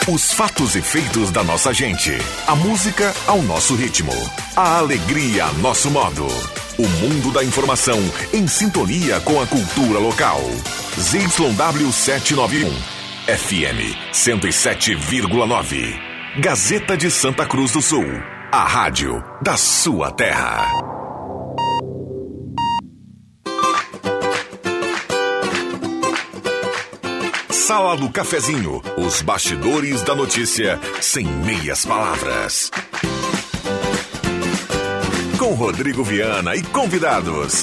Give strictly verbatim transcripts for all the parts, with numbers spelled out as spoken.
Os fatos e feitos da nossa gente. A música ao nosso ritmo. A alegria a nosso modo. O mundo da informação em sintonia com a cultura local. Z Y W setecentos e noventa e um. F M cento e sete vírgula nove. Gazeta de Santa Cruz do Sul. A rádio da sua terra. Sala do Cafezinho. Os bastidores da notícia sem meias palavras. Com Rodrigo Viana e convidados.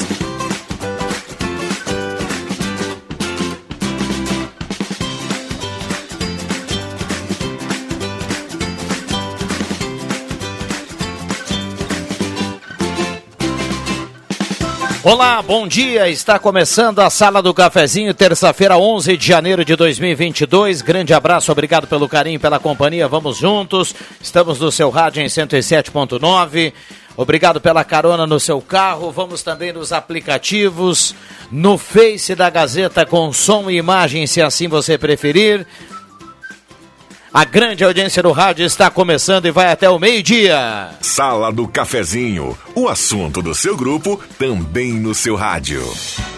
Olá, bom dia, está começando a Sala do Cafezinho, terça-feira, onze de janeiro de dois mil e vinte e dois, grande abraço, obrigado pelo carinho, pela companhia, vamos juntos, estamos no seu rádio em cento e sete ponto nove, obrigado pela carona no seu carro, vamos também nos aplicativos, no Face da Gazeta com som e imagem, se assim você preferir. A grande audiência do rádio está começando e vai até o meio-dia. Sala do Cafezinho, o assunto do seu grupo também no seu rádio.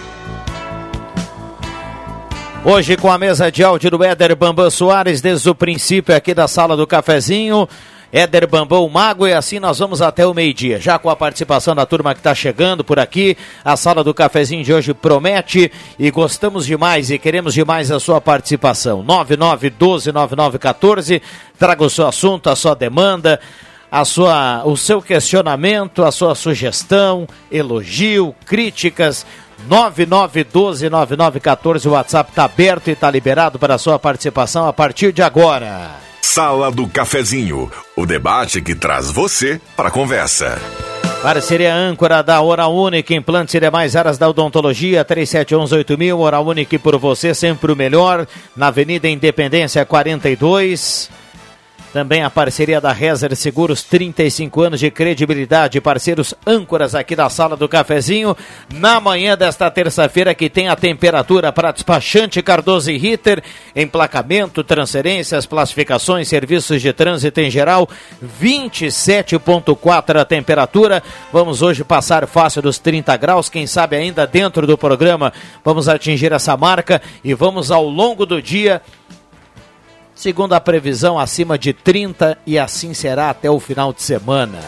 Hoje com a mesa de áudio do Éder Bambam Soares, desde o princípio aqui da Sala do Cafezinho. Éder Bambam, o Mago, e assim nós vamos até o meio-dia. Já com a participação da turma que está chegando por aqui, a Sala do Cafezinho de hoje promete e gostamos demais e queremos demais a sua participação. nove nove um dois nove nove um quatro, traga o seu assunto, a sua demanda, a sua, o seu questionamento, a sua sugestão, elogio, críticas. nove nove um dois nove nove um quatro, o WhatsApp está aberto e está liberado para a sua participação a partir de agora. Sala do Cafezinho, o debate que traz você para a conversa. Parceria âncora da Oral Unique, implantes e demais áreas da odontologia, três sete um um oito mil, Oral Unique por você, sempre o melhor, na Avenida Independência quarenta e dois. Também a parceria da Rezer Seguros, trinta e cinco anos de credibilidade, parceiros âncoras aqui da Sala do Cafezinho, na manhã desta terça-feira que tem a temperatura para despachante Cardoso e Ritter, emplacamento, transferências, classificações, serviços de trânsito em geral, vinte e sete vírgula quatro a temperatura, vamos hoje passar fácil dos trinta graus, quem sabe ainda dentro do programa vamos atingir essa marca e vamos ao longo do dia, segundo a previsão, acima de trinta e assim será até o final de semana.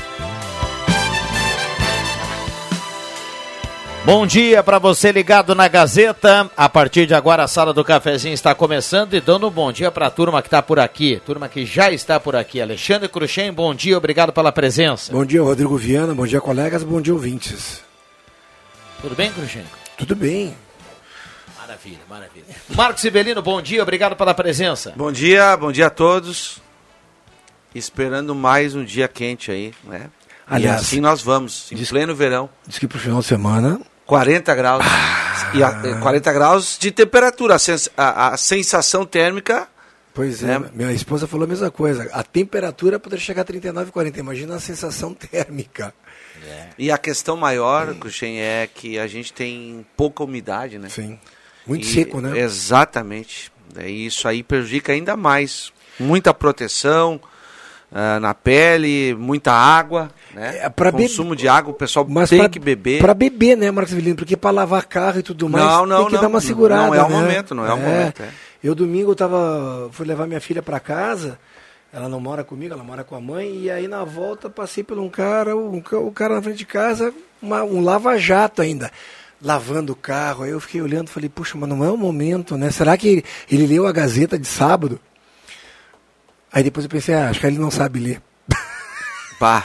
Bom dia para você ligado na Gazeta. A partir de agora a Sala do Cafezinho está começando e dando um bom dia para a turma que está por aqui. Turma que já está por aqui. Alexandre Cruxem, bom dia, obrigado pela presença. Bom dia, Rodrigo Viana, bom dia, colegas, bom dia, ouvintes. Tudo bem, Cruxem? Tudo bem. Maravilha, maravilha. Marcos Sibelino, bom dia, obrigado pela presença. Bom dia, bom dia a todos. Esperando mais um dia quente aí, né? Aliás, e assim nós vamos, em diz, pleno verão. Diz que pro final de semana... quarenta graus. Ah, e a, quarenta graus de temperatura, a, sens, a, a sensação térmica... Pois é, né? Minha esposa falou a mesma coisa. A temperatura poderia chegar a trinta e nove, quarenta, imagina a sensação térmica. É. E a questão maior, Cruxem, é que a gente tem pouca umidade, né? Sim. Muito e, seco, né? Exatamente. E isso aí prejudica ainda mais. Muita proteção uh, na pele, muita água, né? É, pra consumo be... de água, o pessoal Mas tem pra, que beber. Para beber, né, Marcos Avelino? Porque para lavar carro e tudo mais, não, não, tem que não, dar uma segurada, não é o né? momento, não é, é o momento. É. Eu domingo eu tava, fui levar minha filha para casa, ela não mora comigo, ela mora com a mãe, e aí na volta passei por um cara, um, o cara na frente de casa, uma, um lava-jato ainda. Lavando o carro, aí eu fiquei olhando e falei, puxa, mas não é o momento, né? Será que ele, ele leu a Gazeta de sábado? Aí depois eu pensei, ah, acho que ele não sabe ler. Pá.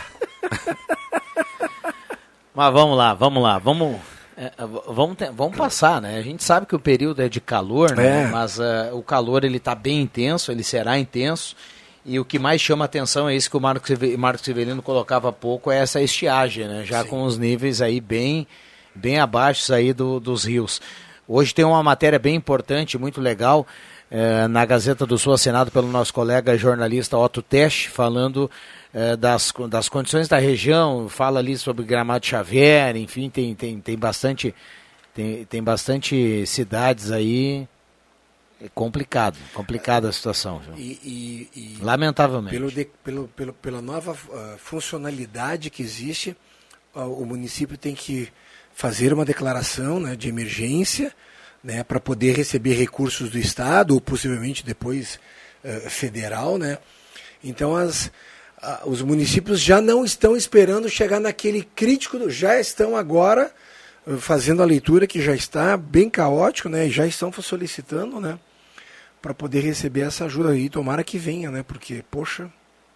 Mas vamos lá, vamos lá, vamos, é, vamos, ter, vamos passar, né? A gente sabe que o período é de calor, né? É. Mas uh, o calor ele está bem intenso, ele será intenso. E o que mais chama atenção é isso que o Marcos Marcos Severino colocava há pouco, é essa estiagem, né? Já Sim. com os níveis aí bem... bem abaixo aí do, dos rios. Hoje tem uma matéria bem importante, muito legal, eh, na Gazeta do Sul, assinado pelo nosso colega jornalista Otto Tesch, falando eh, das, das condições da região, fala ali sobre Gramado Xavier, enfim, tem, tem, tem, bastante, tem, tem bastante cidades aí É complicado, complicada a situação. Viu? E, e, e Lamentavelmente. Pelo de, pelo, pelo, pela nova uh, funcionalidade que existe, uh, o município tem que fazer uma declaração, né, de emergência, né, para poder receber recursos do Estado, ou possivelmente depois uh, federal. Né? Então as, uh, os municípios já não estão esperando chegar naquele crítico, já estão agora uh, fazendo a leitura que já está bem caótico, né, e já estão solicitando, né, para poder receber essa ajuda aí, tomara que venha, né? Porque, poxa...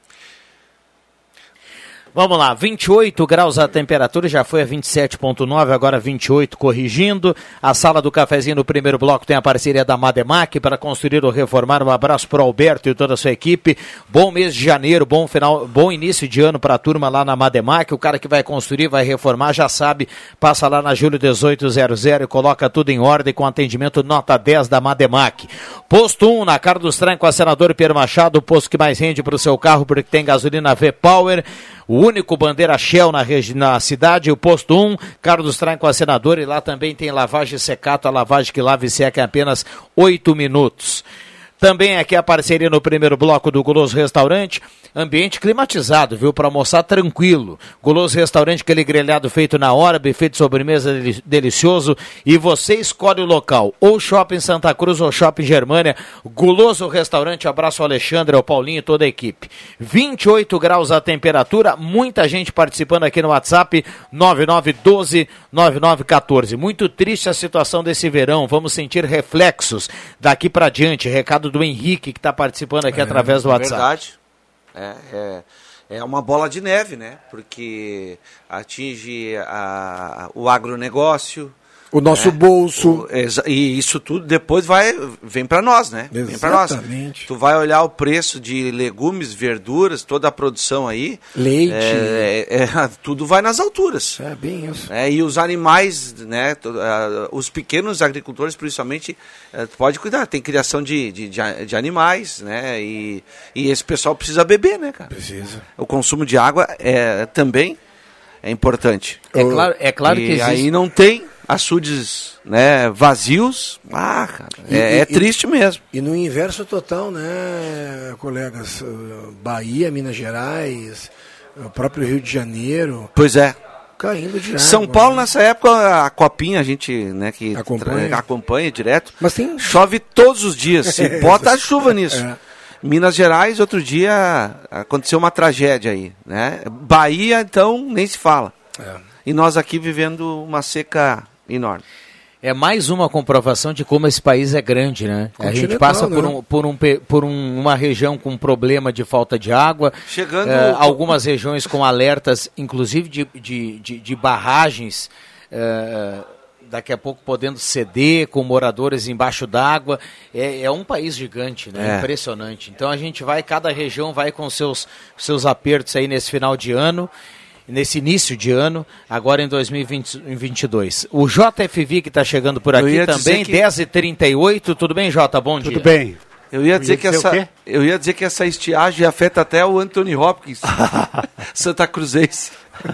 Vamos lá, vinte e oito graus a temperatura, já foi a vinte e sete vírgula nove, agora vinte e oito corrigindo. A sala do cafezinho no primeiro bloco tem a parceria da Mademac para construir ou reformar. Um abraço para o Alberto e toda a sua equipe. Bom mês de janeiro, bom final, bom início de ano para a turma lá na Mademac. O cara que vai construir, vai reformar, já sabe, passa lá na Júlio dezoito zero zero e coloca tudo em ordem com atendimento nota dez da Mademac. Posto um, na Carlos Traem com a senadora Pedro Machado, o posto que mais rende para o seu carro porque tem gasolina V-Power. O único bandeira Shell na, regi- na cidade, o posto um, Carlos Traem com a senadora, e lá também tem lavagem secato, a lavagem que lava e seca em apenas oito minutos. Também aqui a parceria no primeiro bloco do Guloso Restaurante, ambiente climatizado, viu, para almoçar tranquilo. Guloso Restaurante, aquele grelhado feito na hora, buffet de sobremesa del- delicioso, e você escolhe o local, ou Shopping Santa Cruz ou Shopping Germânia. Guloso Restaurante, abraço ao Alexandre, ao Paulinho e toda a equipe. vinte e oito graus a temperatura, muita gente participando aqui no WhatsApp, nove nove um dois nove nove um quatro. Muito triste a situação desse verão, vamos sentir reflexos daqui para diante. Recado do Henrique, que está participando aqui é, através do WhatsApp. Verdade. É, é, é uma bola de neve, né? Porque atinge a, o agronegócio, o nosso, né, bolso. O, e isso tudo depois vai, vem para nós, né? Exatamente. Vem para nós. Tu vai olhar o preço de legumes, verduras, toda a produção aí. Leite. É, é, é, tudo vai nas alturas. É bem isso. É, e os animais, né? To, uh, os pequenos agricultores, principalmente, uh, pode cuidar. Tem criação de, de, de, de animais, né? E, e esse pessoal precisa beber, né, cara? Precisa. O consumo de água é, também é importante. É claro, é claro e que existe. aí não tem açudes, né, vazios. Ah, cara, e, é, e, é triste mesmo. E no inverso total, né, colegas? Bahia, Minas Gerais, o próprio Rio de Janeiro. Pois é. Caindo de água. São Paulo, né? Nessa época, a copinha, a gente, né, que acompanha, tra- acompanha direto. Mas tem... Chove todos os dias. Se bota a chuva nisso. É. Minas Gerais, outro dia, aconteceu uma tragédia aí, né? Bahia, então, nem se fala. É. E nós aqui vivendo uma seca enorme. É mais uma comprovação de como esse país é grande, né? A gente passa por, um, por, um, por um, uma região com problema de falta de água. Chegando... É, algumas regiões com alertas, inclusive de, de, de, de barragens, é, daqui a pouco podendo ceder, com moradores embaixo d'água. É, é um país gigante, né? É. Impressionante. Então a gente vai, cada região vai com seus, seus apertos aí nesse final de ano. Nesse início de ano, agora em dois mil e vinte e dois. O J F V que está chegando por aqui também, que... dez e trinta e oito. Tudo bem, Jota? Bom dia. Tudo bem. Eu ia dizer, ia que dizer essa, eu ia dizer que essa estiagem afeta até o Anthony Hopkins, Santa Cruzense.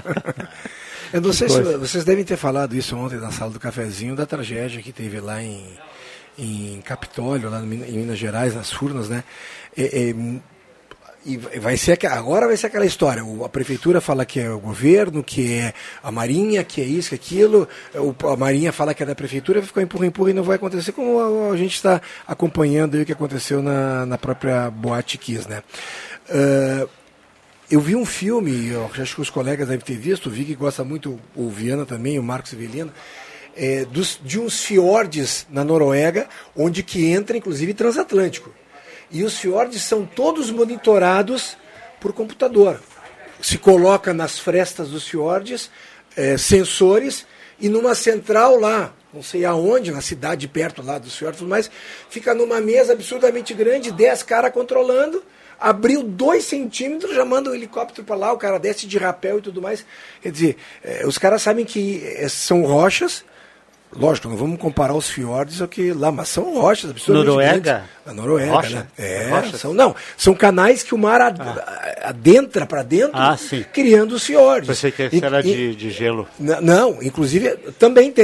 Eu não sei se vocês devem ter falado isso ontem na sala do cafezinho, da tragédia que teve lá em, em Capitólio, lá em Minas Gerais, nas Furnas, né? É, é, E vai ser, agora vai ser aquela história, a prefeitura fala que é o governo, que é a Marinha, que é isso, que é aquilo, a Marinha fala que é da prefeitura, ficou empurra, empurra e não vai acontecer, como a gente está acompanhando aí o que aconteceu na, na própria Boate Kiss, né? Uh, eu vi um filme, eu acho que os colegas devem ter visto, o Vig gosta muito, o Viana também, o Marcos Evelino, é, dos, de uns fiordes na Noruega, onde que entra inclusive transatlântico. E os fiordes são todos monitorados por computador. Se coloca nas frestas dos fiordes é, sensores e numa central lá, não sei aonde, na cidade perto lá dos fiordes, mas fica numa mesa absurdamente grande, dez caras controlando, abriu dois centímetros, já manda um helicóptero para lá, o cara desce de rapel e tudo mais. Quer dizer, é, os caras sabem que é, são rochas. Lógico, não vamos comparar os fiordes ao que lá, mas são rochas absurdamente Noruega? grandes. Na Noruega, Rocha? né? É, Rochas? são, não, são canais que o mar ad, ah. adentra para dentro, ah, sim. criando os fiordes. Pensei que esse e, era e, de, de gelo. Não, inclusive também tem.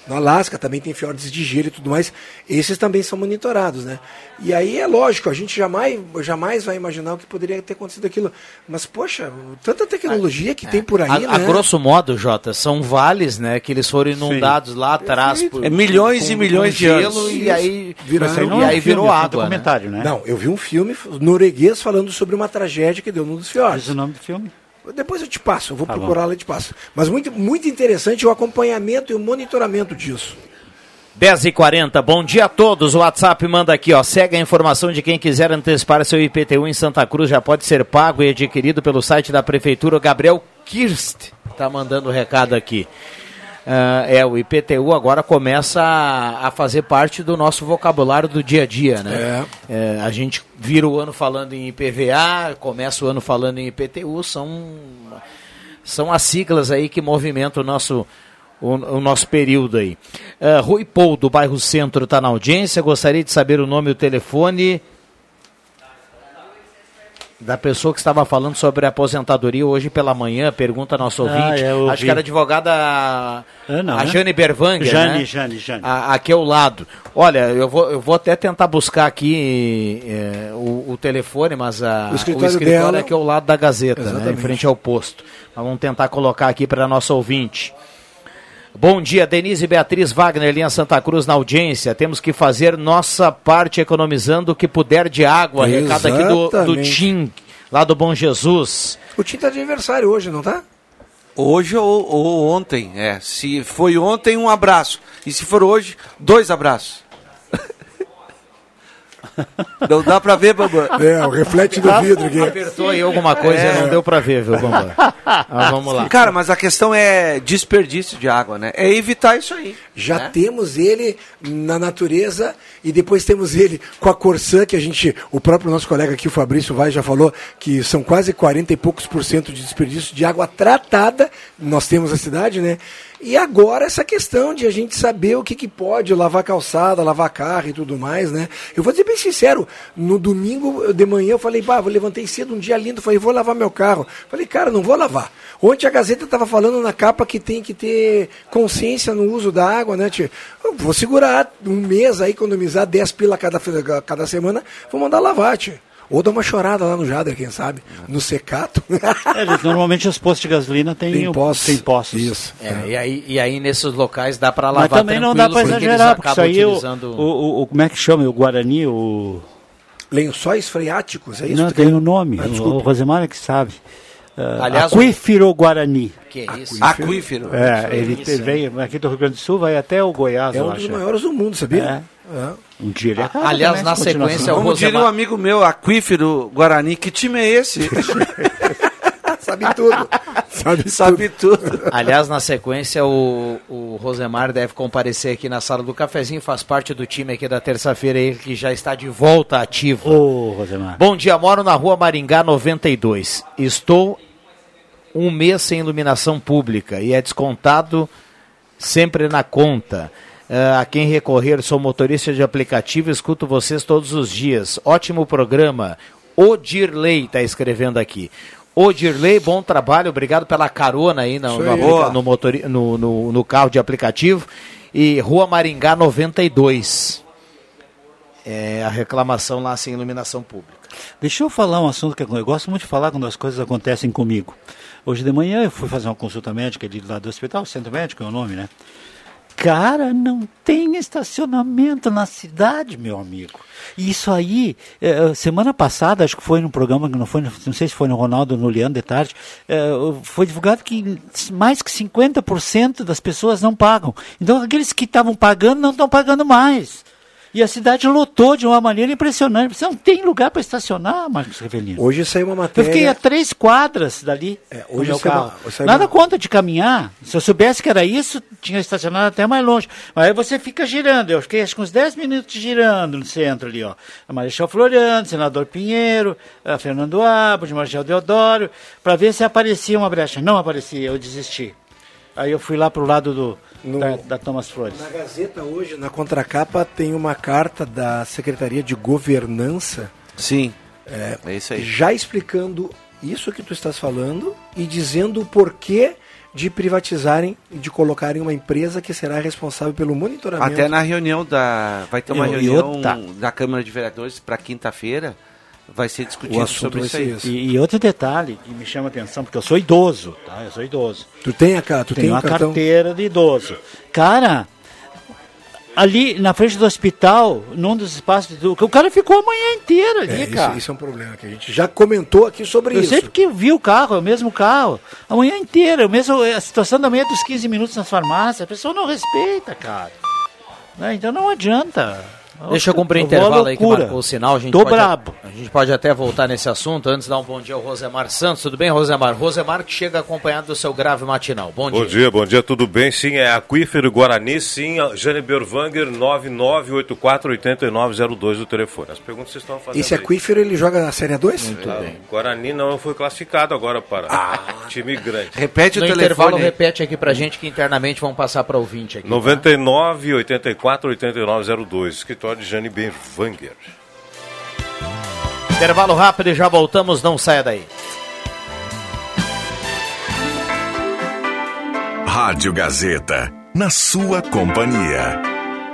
No Alasca também tem fiordes de gelo e tudo mais. Esses também são monitorados, né? E aí é lógico, a gente jamais, jamais vai imaginar o que poderia ter acontecido aquilo. Mas, poxa, tanta tecnologia que é. tem por aí, a, né? A grosso modo, Jota, são vales, né? Que eles foram inundados Sim. lá atrás. Por, é milhões com, e milhões de anos. Gelo, e aí, viraram, e aí virou filme, água, né? né? Não, eu vi um filme norueguês falando sobre uma tragédia que deu num dos fiordes. Mas o nome do filme? Depois eu te passo, eu vou tá procurar bom. lá e te passo. Mas muito, muito interessante o acompanhamento e o monitoramento disso. dez e quarenta, bom dia a todos. O WhatsApp manda aqui, ó. Segue a informação de quem quiser antecipar seu I P T U em Santa Cruz, já pode ser pago e adquirido pelo site da Prefeitura. O Gabriel Kirst tá mandando o recado aqui. Uh, é, o I P T U agora começa a, a fazer parte do nosso vocabulário do dia a dia, né? É. É, a gente vira o ano falando em I P V A, começa o ano falando em I P T U, são, são as siglas aí que movimentam o nosso, o, o nosso período aí. Uh, Rui Paul, do bairro Centro, está na audiência, gostaria de saber o nome e o telefone da pessoa que estava falando sobre a aposentadoria hoje pela manhã, pergunta nosso ouvinte, ah, acho que era a advogada ah, não, a Jane Berwanger, Jane, né? Jane, Jane. A, aqui ao lado. Olha, eu vou, eu vou até tentar buscar aqui é, o, o telefone, mas a, o escritório, o escritório dela... é aqui ao lado da Gazeta, né, em frente ao posto. Mas vamos tentar colocar aqui para a nossa ouvinte. Bom dia, Denise Beatriz Wagner, linha Santa Cruz na audiência. Temos que fazer nossa parte economizando o que puder de água. Recado aqui do, do Tim, lá do Bom Jesus. O Tim está de aniversário hoje, não tá? Hoje ou, ou ontem, é. Se foi ontem, um abraço. E se for hoje, dois abraços. Não dá pra ver, Bambam. É, o reflete do vidro aqui. Apertou aí alguma coisa e é. não deu pra ver, viu, Bambam? Ah, vamos lá. Cara, mas a questão é desperdício de água, né? É evitar isso aí. Já né? temos ele na natureza e depois temos ele com a Corsã, que a gente, o próprio nosso colega aqui, o Fabrício Vai, já falou que são quase quarenta e poucos por cento de desperdício de água tratada. Nós temos na cidade, né? E agora essa questão de a gente saber o que, que pode, lavar calçada, lavar carro e tudo mais, né? Eu vou dizer bem sincero, no domingo de manhã eu falei, pá, eu levantei cedo, um dia lindo, falei, vou lavar meu carro. Falei, cara, não vou lavar. Ontem a Gazeta estava falando na capa que tem que ter consciência no uso da água, né, tia? Eu vou segurar um mês aí, economizar dez pila cada, cada semana, vou mandar lavar, tia. Ou dar uma chorada lá no Jader, quem sabe? No Secato. É, normalmente os postos de gasolina têm tem postos. Tem postos. Isso. É, é. E, aí, e aí nesses locais dá para lavar. Mas também não dá para exagerar, porque isso aí utilizando... o, o, o, como é que chama? O Guarani, o... Lençóis freáticos, é isso? Não, tem o um nome. Ah, o Rosemar é que sabe. Uh, Aliás, Aquífero Guarani. Que é isso? Aquífero. É, ele isso, veio aqui do Rio Grande do Sul, vai até o Goiás. É um dos maiores do mundo, sabia? É. É. Um dia ele acaba, aliás, né? na sequência, como diria um amigo meu, Aquífero Guarani, que time é esse? Sabe tudo. Sabe, Sabe tudo. tudo. Aliás, na sequência, o, o Rosemar deve comparecer aqui na sala do cafezinho, faz parte do time aqui da terça-feira, ele que já está de volta ativo. Ô, Rosemar. Bom dia, moro na rua Maringá noventa e dois. Estou um mês sem iluminação pública e é descontado sempre na conta. Uh, a quem recorrer, sou motorista de aplicativo, escuto vocês todos os dias. Ótimo programa. O-Dirley está escrevendo aqui. O-Dirley, bom trabalho, obrigado pela carona aí no, no, aplica, no, motori, no, no, no carro de aplicativo. E Rua Maringá noventa e dois. É a reclamação lá sem iluminação pública. Deixa eu falar um assunto que eu gosto muito de falar quando as coisas acontecem comigo. Hoje de manhã eu fui fazer uma consulta médica de lá do hospital, centro médico é o nome, né? Cara, não tem estacionamento na cidade, meu amigo. Isso aí, é, semana passada, acho que foi num programa, que não foi, não sei se foi no Ronaldo ou no Leandro de tarde, é, foi divulgado que mais que cinquenta por cento das pessoas não pagam. Então, aqueles que estavam pagando não estão pagando mais. E a cidade lotou de uma maneira impressionante. Você não tem lugar para estacionar, Marcos Revelino. Hoje saiu uma matéria... Eu fiquei a três quadras dali. É, hoje saiu uma... Nada contra de caminhar. Se eu soubesse que era isso, tinha estacionado até mais longe. Mas aí você fica girando. Eu fiquei acho que uns dez minutos girando no centro ali, ó. A Marechal Floriano, Senador Pinheiro, a Fernando Abos, Marechal Deodoro, para ver se aparecia uma brecha. Não aparecia, eu desisti. Aí eu fui lá pro lado do... No, da, da Thomas Flores. Na Gazeta hoje, na contracapa, tem uma carta da Secretaria de Governança. Sim, é, é isso aí. Já explicando isso que tu estás falando e dizendo o porquê de privatizarem e de colocarem uma empresa que será responsável pelo monitoramento. Até na reunião da... Vai ter uma Eu- reunião eu- tá. da Câmara de Vereadores para quinta-feira. Vai ser O discutido assunto sobre vai isso ser aí. esse. E, e outro detalhe que me chama a atenção, porque eu sou idoso, tá? Eu sou idoso. Tu tem a ca- tu Tenho tem um uma cartão? carteira de idoso. Cara, ali na frente do hospital, num dos espaços, do, o cara ficou a manhã inteira ali, É, cara. isso, isso é um problema que a gente já comentou aqui sobre Eu isso. sempre que vi o carro, é o mesmo carro, a manhã inteira, o mesmo, a situação da manhã dos quinze minutos nas farmácias, a pessoa não respeita, cara. Né? Então não adianta. Deixa eu cumprir o vou à intervalo aí que loucura. marcou o sinal. A gente, Tô pode, brabo. a gente pode até voltar nesse assunto. Antes, dar um bom dia ao Rosemar Santos. Tudo bem, Rosemar? Rosemar que chega acompanhado do seu grave matinal. Bom, Bom dia. dia, bom dia, tudo bem? Sim, é Aquífero Guarani, sim, Jane Berwanger, nove nove oito quatro oito nove zero dois o telefone. As perguntas que vocês estão fazendo Esse aí. aquífero ele joga na Série dois? Muito Ah, bem. Guarani não foi classificado agora para time grande. Repete No o intervalo, telefone. repete aqui pra gente que internamente vão passar para ouvinte aqui. noventa e nove oitenta e quatro oitenta e nove zero dois, escritório de Jane Berwanger. Intervalo rápido e já voltamos. Não saia daí. Rádio Gazeta, na sua companhia.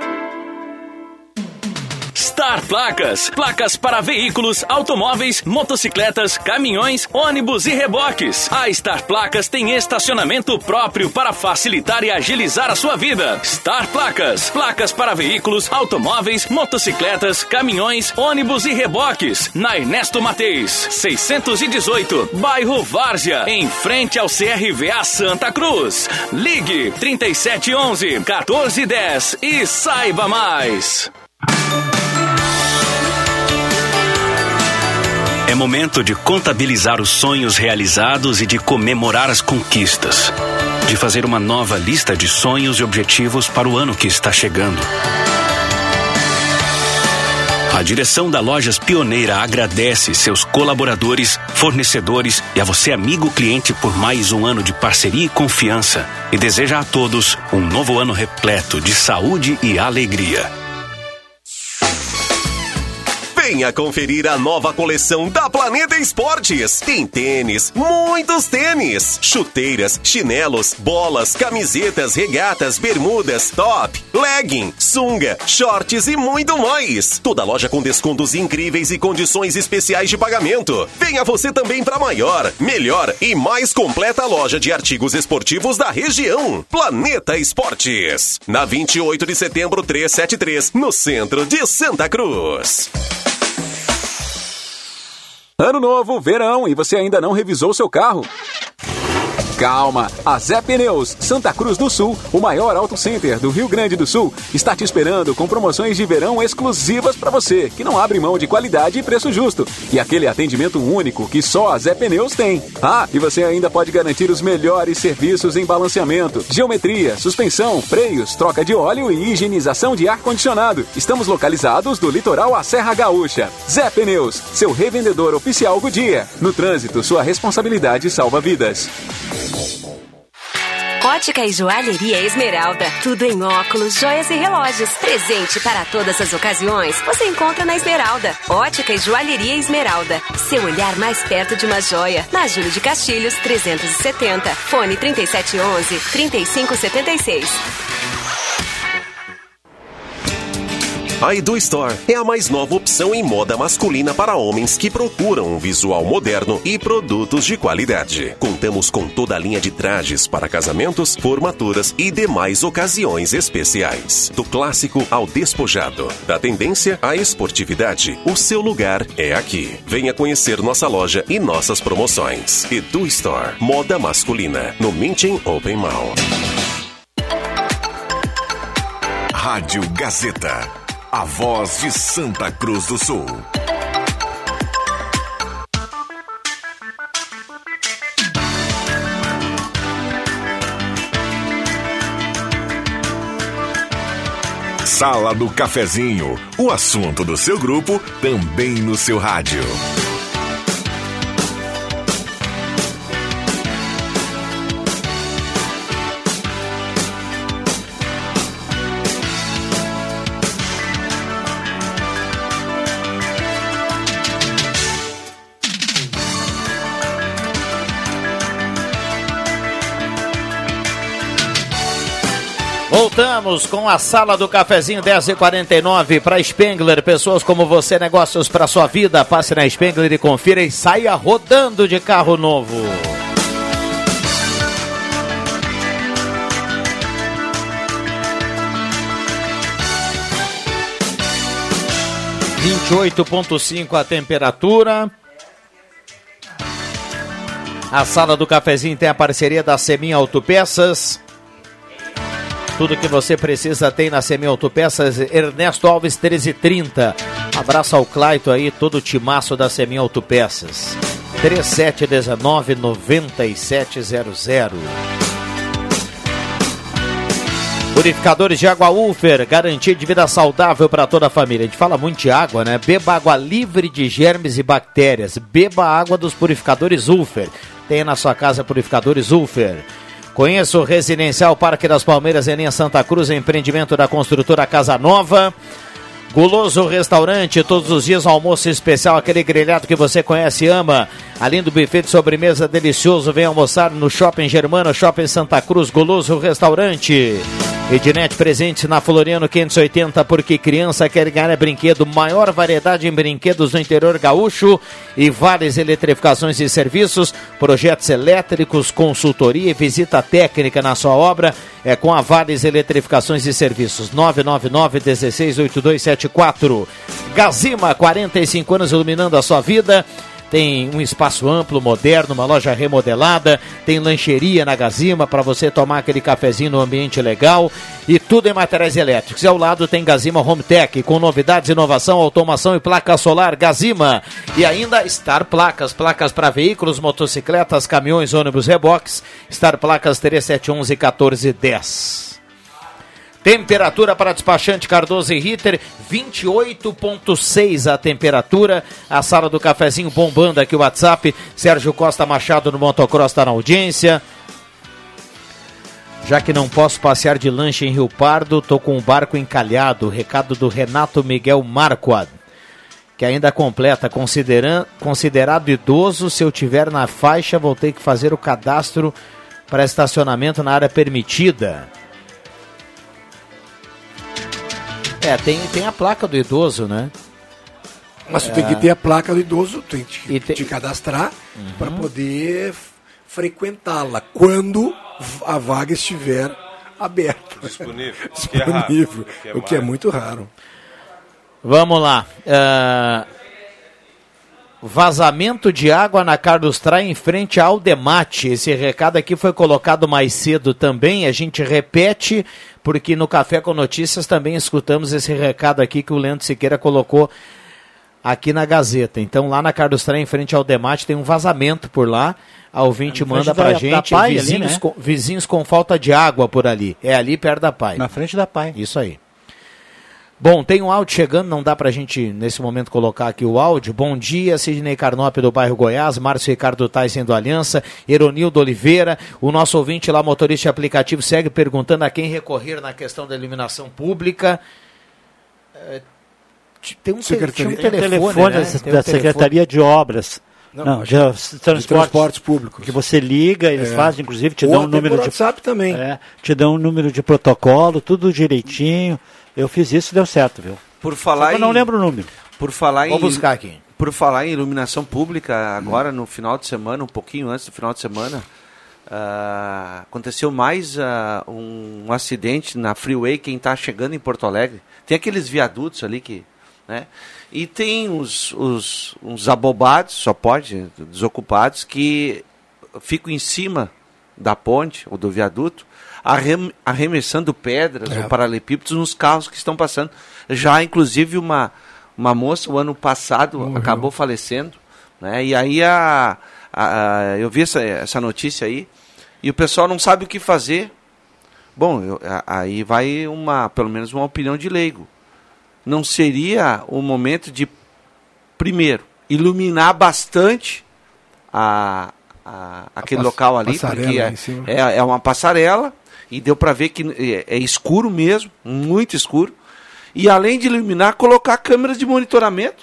Star Placas, placas para veículos, automóveis, motocicletas, caminhões, ônibus e reboques. A Star Placas tem estacionamento próprio para facilitar e agilizar a sua vida. Star Placas, placas para veículos, automóveis, motocicletas, caminhões, ônibus e reboques. Na Ernesto Mateis, seiscentos e dezoito, bairro Várzea, em frente ao C R V A Santa Cruz. Ligue trinta e sete onze, quatorze dez e saiba mais. É momento de contabilizar os sonhos realizados e de comemorar as conquistas. De fazer uma nova lista de sonhos e objetivos para o ano que está chegando. A direção da Lojas Pioneira agradece seus colaboradores, fornecedores e a você, amigo cliente, por mais um ano de parceria e confiança. E deseja a todos um novo ano repleto de saúde e alegria. Venha conferir a nova coleção da Planeta Esportes. Tem tênis, muitos tênis, chuteiras, chinelos, bolas, camisetas, regatas, bermudas, top, legging, sunga, shorts e muito mais. Toda loja com descontos incríveis e condições especiais de pagamento. Venha você também para a maior, melhor e mais completa loja de artigos esportivos da região. Planeta Esportes. Na vinte e oito de setembro, trezentos e setenta e três, no centro de Santa Cruz. Ano novo, verão, e você ainda não revisou seu carro? Calma, a Zé Pneus, Santa Cruz do Sul, o maior auto center do Rio Grande do Sul, está te esperando com promoções de verão exclusivas para você, que não abre mão de qualidade e preço justo, e aquele atendimento único que só a Zé Pneus tem. Ah, e você ainda pode garantir os melhores serviços em balanceamento, geometria, suspensão, freios, troca de óleo e higienização de ar-condicionado. Estamos localizados do litoral à Serra Gaúcha. Zé Pneus, seu revendedor oficial Goodyear. No trânsito, sua responsabilidade salva vidas. Ótica e Joalheria Esmeralda. Tudo em óculos, joias e relógios. Presente para todas as ocasiões. Você encontra na Esmeralda. Ótica e Joalheria Esmeralda. Seu olhar mais perto de uma joia. Na Júlio de Castilhos, trezentos e setenta. Fone trinta e sete onze, trinta e cinco setenta e seis. A Edu Store é a mais nova opção em moda masculina para homens que procuram um visual moderno e produtos de qualidade. Contamos com toda a linha de trajes para casamentos, formaturas e demais ocasiões especiais. Do clássico ao despojado, da tendência à esportividade, o seu lugar é aqui. Venha conhecer nossa loja e nossas promoções. Edu Store, moda masculina, no Mintin Open Mall. Rádio Gazeta, a voz de Santa Cruz do Sul. Sala do Cafezinho, o assunto do seu grupo também no seu rádio. Voltamos com a Sala do Cafezinho, dez e quarenta e nove para Spengler. Pessoas como você, negócios para sua vida. Passe na Spengler e confira e saia rodando de carro novo. vinte e oito vírgula cinco a temperatura. A Sala do Cafezinho tem a parceria da Semin Autopeças. Tudo que você precisa tem na Semin Autopeças. Ernesto Alves treze trinta. Abraço ao Claito aí, todo o timaço da Semin Autopeças. trinta e sete dezenove, noventa e sete zero zero. Purificadores de água Ulfer, garantia de vida saudável para toda a família. A gente fala muito de água, né? Beba água livre de germes e bactérias. Beba a água dos purificadores Ulfer. Tem na sua casa purificadores Ulfer. Conheça o Residencial Parque das Palmeiras em linha Santa Cruz, empreendimento da construtora Casa Nova. Guloso Restaurante, todos os dias almoço especial, aquele grelhado que você conhece e ama. Além do buffet de sobremesa delicioso, vem almoçar no Shopping Germano, Shopping Santa Cruz, Guloso Restaurante. Ednet presente na Floriano quinhentos e oitenta, porque criança quer ganhar brinquedo. Maior variedade em brinquedos no interior gaúcho e várias eletrificações e serviços, projetos elétricos, consultoria e visita técnica na sua obra. É com a Vales Eletrificações e Serviços. nove nove nove, um seis oito dois sete quatro. Gazima, quarenta e cinco anos iluminando a sua vida. Tem um espaço amplo, moderno, uma loja remodelada, tem lancheria na Gazima para você tomar aquele cafezinho no ambiente legal e tudo em materiais elétricos. E ao lado tem Gazima Home Tech, com novidades, inovação, automação e placa solar. Gazima. E ainda Star Placas, placas para veículos, motocicletas, caminhões, ônibus, reboques. Star Placas três sete um um, um quatro um zero. Temperatura para despachante Cardoso e Ritter, vinte e oito vírgula seis a temperatura. A Sala do Cafezinho bombando aqui o WhatsApp. Sérgio Costa Machado no Motocross está na audiência. Já que não posso passear de lanche em Rio Pardo, tô com o barco encalhado. Recado do Renato Miguel Marquardt, que ainda completa, considerando, considerado idoso, se eu tiver na faixa, vou ter que fazer o cadastro para estacionamento na área permitida. É, tem, tem a placa do idoso, né? Mas tu é... tem que ter a placa do idoso, tem que te... te cadastrar uhum. para poder frequentá-la quando a vaga estiver aberta. Disponível. Disponível, o que é, o que é muito raro. Vamos lá. Uh... Vazamento de água na Carlos Trai em frente ao Aldemate. Esse recado aqui foi colocado mais cedo também. A gente repete, porque no Café com Notícias também escutamos esse recado aqui que o Leandro Siqueira colocou aqui na Gazeta. Então lá na Carlos Trai em frente ao Aldemate tem um vazamento por lá. A ouvinte é manda pra da, gente da vizinhos, ali, né? com, vizinhos com falta de água por ali. É ali perto da Pai. Na frente da Pai. Isso aí. Bom, tem um áudio chegando, não dá pra gente nesse momento colocar aqui o áudio. Bom dia, Sidney Carnop do bairro Goiás, Márcio Ricardo Tyson do Aliança, Eronildo Oliveira, o nosso ouvinte lá, motorista aplicativo, segue perguntando a quem recorrer na questão da iluminação pública. É, tem um, Secretaria, te, um telefone, telefone né? da, tem um da telefone. Secretaria de Obras. Não, não de, transportes, de transportes públicos. Que você liga, eles é. fazem, inclusive, te Ou dão um número de WhatsApp também. É, te dão um número de protocolo, tudo direitinho. Eu fiz isso e deu certo, viu? Por falar eu em, não lembro o número. Por falar Vou em, buscar aqui. Por falar em iluminação pública, agora no final de semana, um pouquinho antes do final de semana, uh, aconteceu mais uh, um, um acidente na Freeway, quem está chegando em Porto Alegre. Tem aqueles viadutos ali que... Né? E tem os, os, uns abobados, só pode, desocupados, que ficam em cima da ponte ou do viaduto, arrem, arremessando pedras é. ou paralelepípedos nos carros que estão passando. Já, inclusive, uma, uma moça, o ano passado, uhum. acabou falecendo. Né? E aí, a, a, a, eu vi essa, essa notícia aí, e o pessoal não sabe o que fazer. Bom, eu, a, aí vai, uma, pelo menos, uma opinião de leigo. Não seria o momento de, primeiro, iluminar bastante a, a, aquele a local ali, porque é, é, é uma passarela, e deu para ver que é, é escuro mesmo, muito escuro, e além de iluminar, colocar câmeras de monitoramento,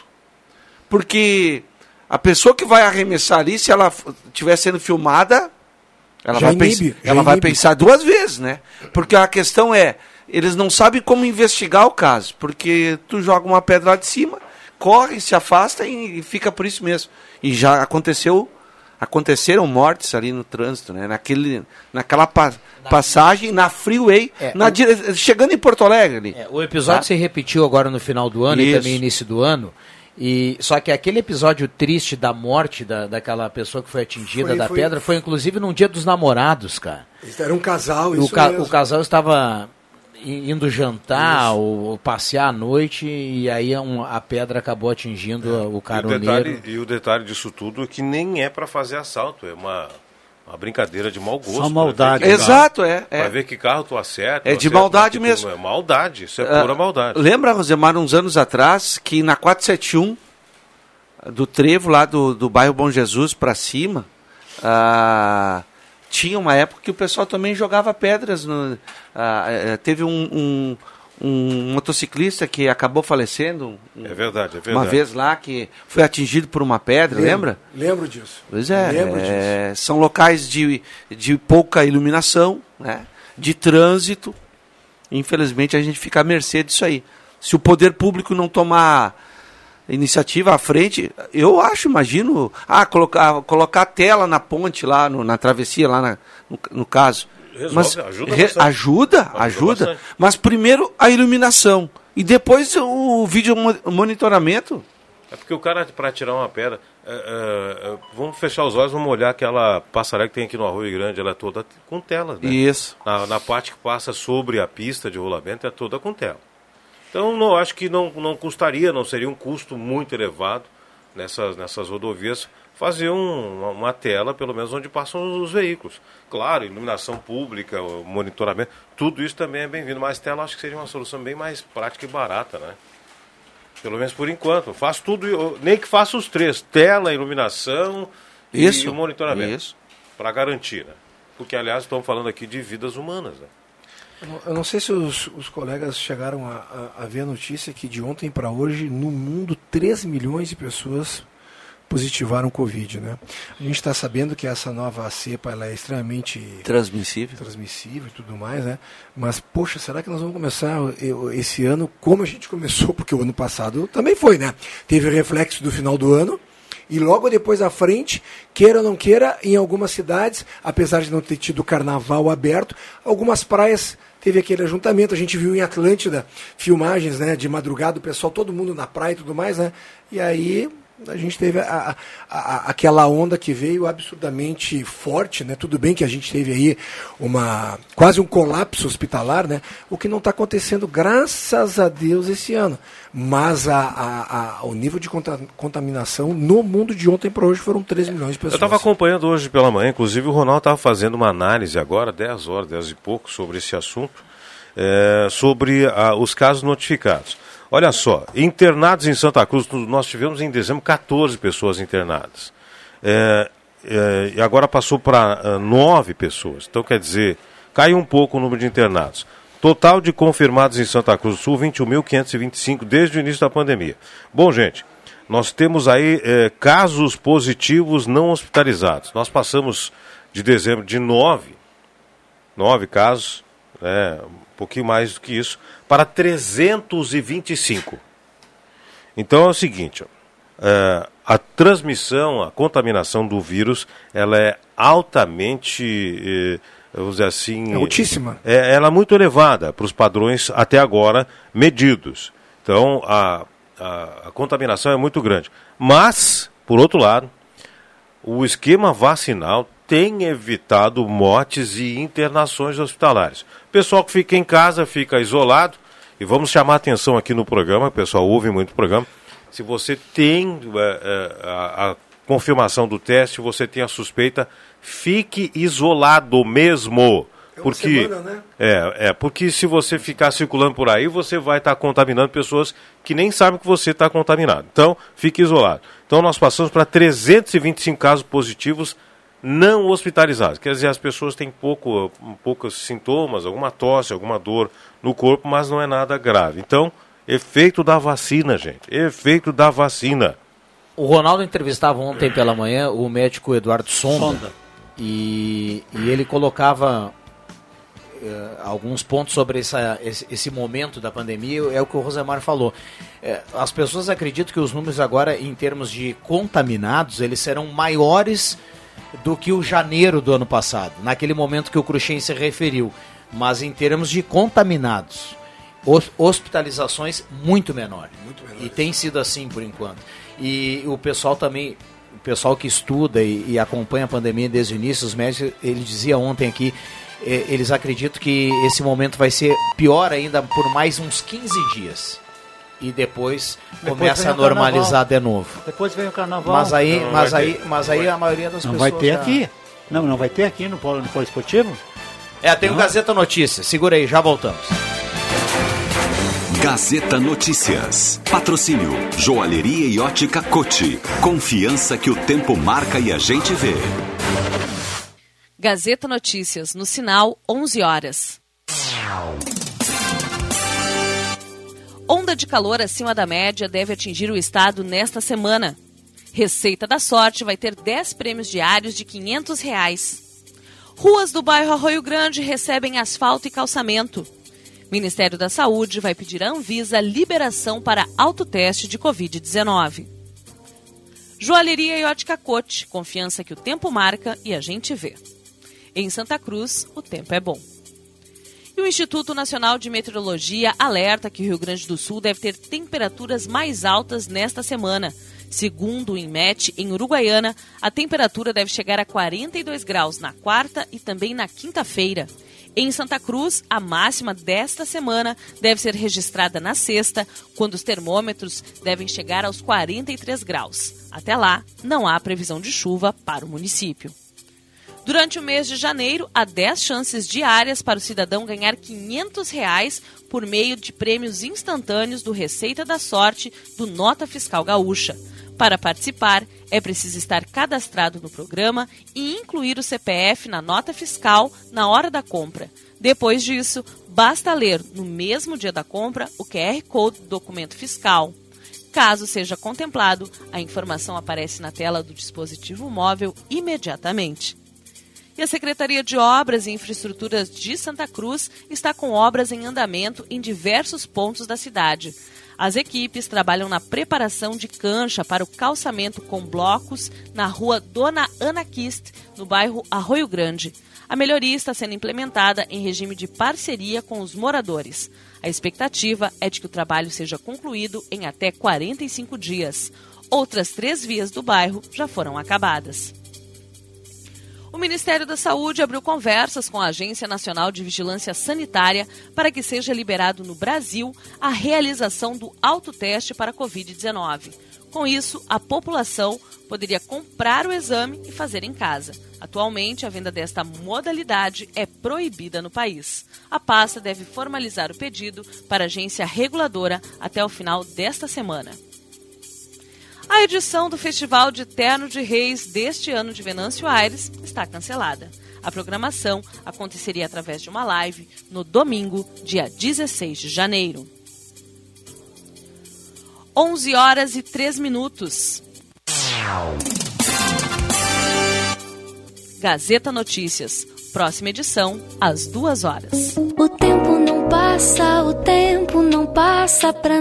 porque a pessoa que vai arremessar ali, se ela estiver sendo filmada, Ela Já vai, inibe, pens- já ela vai inibe. pensar duas vezes, né? Porque a questão é, eles não sabem como investigar o caso, porque tu joga uma pedra lá de cima, corre, se afasta e, e fica por isso mesmo. E já aconteceu, aconteceram mortes ali no trânsito, né? Naquele, naquela pa- passagem, na freeway, É, na o- dire- chegando em Porto Alegre ali. É, o episódio Tá? se repetiu agora no final do ano Isso. e também início do ano. E, só que aquele episódio triste da morte da, daquela pessoa que foi atingida Foi- da foi- pedra foi inclusive num dia dos namorados, cara. Era um casal, E o, isso ca- mesmo. o casal estava i- indo jantar ou, ou passear à noite e aí um- a pedra acabou atingindo o E o, caroneiro. detalhe, e o detalhe disso tudo é que nem é para fazer assalto, é uma, uma brincadeira de mau gosto. Só pra maldade. ver que carro- Exato, é. Pra é. ver que carro tu acerta. É tu de acerta, maldade tu- mesmo. É maldade, isso é Ah, pura maldade. Lembra, Rosemar, uns anos atrás, que na quatrocentos e setenta e um, do trevo lá do, do bairro Bom Jesus para cima, ah, tinha uma época que o pessoal também jogava pedras. No, ah, eh, teve um, um, um motociclista que acabou falecendo um- É verdade, é verdade. uma vez lá, que foi atingido por uma pedra, lembra? Lembro disso. Pois é, Lembro é, são locais de, de pouca iluminação, né, de trânsito. Infelizmente a gente fica à mercê disso aí. Se o poder público não tomar iniciativa à frente, eu acho, imagino, ah, colocar, colocar tela na ponte lá, no- na travessia lá, na- no, no caso. Resolve, Mas ajuda re- bastante. ajuda, Ajuda ajuda. bastante. Mas primeiro a iluminação e depois o vídeo mo- monitoramento. É porque o cara, para tirar uma pedra, é, é, é, vamos fechar os olhos, vamos olhar aquela passarela que tem aqui no Arroio Grande, ela é toda com telas, né? Isso. Na, na parte que passa sobre a pista de rolamento é toda com tela. Então, não, acho que não, não custaria, não seria um custo muito elevado nessas, nessas rodovias fazer um, uma, uma tela, pelo menos, onde passam os veículos. Claro, iluminação pública, o monitoramento, tudo isso também é bem-vindo, mas tela acho que seria uma solução bem mais prática e barata, né? Pelo menos por enquanto. Faço tudo, eu- nem que faça os três, tela, iluminação e Isso, o monitoramento. isso. Para garantir, né? Porque, aliás, estamos falando aqui de vidas humanas, né? Eu não- Eu não sei se os, os colegas chegaram a, a- a ver a notícia que de ontem para hoje, no mundo, três milhões de pessoas positivaram Covid, né? A gente está sabendo que essa nova cepa ela é extremamente Transmissível. transmissível e tudo mais, né? Mas, poxa, será que nós vamos começar eu- esse ano como a gente começou? Porque o ano passado também foi, né? Teve o reflexo do final do ano e logo depois à frente, queira ou não queira, em algumas cidades, apesar de não ter tido carnaval aberto, algumas praias teve aquele ajuntamento. A gente viu em Atlântida filmagens, né, de madrugada, o pessoal, todo mundo na praia e tudo mais, né? E aí a gente teve a, a- a- aquela onda que veio absurdamente forte, né? Tudo bem que a gente teve aí uma quase um colapso hospitalar, né? O que não está acontecendo, graças a Deus, esse ano. Mas a, a- a- o nível de conta- contaminação no mundo de ontem para hoje foram três milhões de pessoas. Eu estava acompanhando hoje pela manhã, inclusive o Ronaldo estava fazendo uma análise agora, dez horas, dez e pouco, sobre esse assunto, é, sobre ah, os casos notificados. Olha só, internados em Santa Cruz, nós tivemos em dezembro quatorze pessoas internadas. É, é, e agora passou para nove pessoas. Então, quer dizer, caiu um pouco o número de internados. Total de confirmados em Santa Cruz do Sul, vinte e um mil quinhentos e vinte e cinco desde o início da pandemia. Bom, gente, nós temos aí é, casos positivos não hospitalizados. Nós passamos de dezembro de nove, nove casos, é, um pouquinho mais do que isso, para trezentos e vinte e cinco. Então é o seguinte, ó, é, a transmissão, a contaminação do vírus, ela é altamente, é, vamos dizer assim... É altíssima. É, ela é muito elevada para os padrões até agora medidos. Então a, a, a contaminação é muito grande. Mas, por outro lado, o esquema vacinal tem evitado mortes e internações hospitalares. O pessoal que fica em casa, fica isolado, e vamos chamar a atenção aqui no programa, o pessoal ouve muito o programa, se você tem é, é, a, a confirmação do teste, você tem a suspeita, fique isolado mesmo. É uma Porque, semana, né? é, é, porque se você ficar circulando por aí, você vai estar contaminando pessoas que nem sabem que você está contaminado. Então, fique isolado. Então, nós passamos para trezentos e vinte e cinco casos positivos não hospitalizados. Quer dizer, as pessoas têm pouco, poucos sintomas, alguma tosse, alguma dor no corpo, mas não é nada grave. Então, efeito da vacina, gente. Efeito da vacina. O Ronaldo entrevistava ontem pela manhã o médico Eduardo Sonda. Sonda. E, e ele colocava uh, alguns pontos sobre essa, esse, esse momento da pandemia, é o que o Rosemar falou. Uh, as pessoas acreditam que os números agora, em termos de contaminados, eles serão maiores do que o janeiro do ano passado, naquele momento que o Cruxem se referiu. Mas em termos de contaminados, hospitalizações muito menores. Muito menores. E tem sido assim por enquanto. E o pessoal também, o pessoal que estuda e, e acompanha a pandemia desde o início, os médicos, ele dizia ontem aqui, eh, eles acreditam que esse momento vai ser pior ainda por mais uns quinze dias. E depois, depois começa a normalizar de novo. Depois vem o carnaval. Mas aí, não, mas aí, mas aí a maioria das não pessoas... Não vai ter já... aqui. Não, não vai ter aqui no Polo, no Polo Esportivo? É, tem o Gazeta Notícias. Segura aí, já voltamos. Gazeta Notícias. Patrocínio Joalheria e Ótica Cote. Confiança que o tempo marca e a gente vê. Gazeta Notícias, no sinal onze horas. Onda de calor acima da média deve atingir o estado nesta semana. Receita da Sorte vai ter dez prêmios diários de quinhentos reais. Ruas do bairro Arroio Grande recebem asfalto e calçamento. Ministério da Saúde vai pedir à Anvisa liberação para autoteste de covid dezenove. Joalheria e Ótica Cote, confiança que o tempo marca e a gente vê. Em Santa Cruz, o tempo é bom. E o Instituto Nacional de Meteorologia alerta que o Rio Grande do Sul deve ter temperaturas mais altas nesta semana. Segundo o INMET, em Uruguaiana, a temperatura deve chegar a quarenta e dois graus na quarta e também na quinta-feira. Em Santa Cruz, a máxima desta semana deve ser registrada na sexta, quando os termômetros devem chegar aos quarenta e três graus. Até lá, não há previsão de chuva para o município. Durante o mês de janeiro, há dez chances diárias para o cidadão ganhar quinhentos reais por meio de prêmios instantâneos do Receita da Sorte do Nota Fiscal Gaúcha. Para participar, é preciso estar cadastrado no programa e incluir o C P F na nota fiscal na hora da compra. Depois disso, basta ler, no mesmo dia da compra, o Q R Code do documento fiscal. Caso seja contemplado, a informação aparece na tela do dispositivo móvel imediatamente. E a Secretaria de Obras e Infraestruturas de Santa Cruz está com obras em andamento em diversos pontos da cidade. As equipes trabalham na preparação de cancha para o calçamento com blocos na rua Dona Ana Kist, no bairro Arroio Grande. A melhoria está sendo implementada em regime de parceria com os moradores. A expectativa é de que o trabalho seja concluído em até quarenta e cinco dias. Outras três vias do bairro já foram acabadas. O Ministério da Saúde abriu conversas com a Agência Nacional de Vigilância Sanitária para que seja liberado no Brasil a realização do autoteste para covid dezenove. Com isso, a população poderia comprar o exame e fazer em casa. Atualmente, a venda desta modalidade é proibida no país. A pasta deve formalizar o pedido para a agência reguladora até o final desta semana. A edição do Festival de Terno de Reis deste ano de Venâncio Aires está cancelada. A programação aconteceria através de uma live no domingo, dia dezesseis de janeiro. onze horas e três minutos. Gazeta Notícias. Próxima edição, às duas horas. O tempo não passa, o tempo não passa pra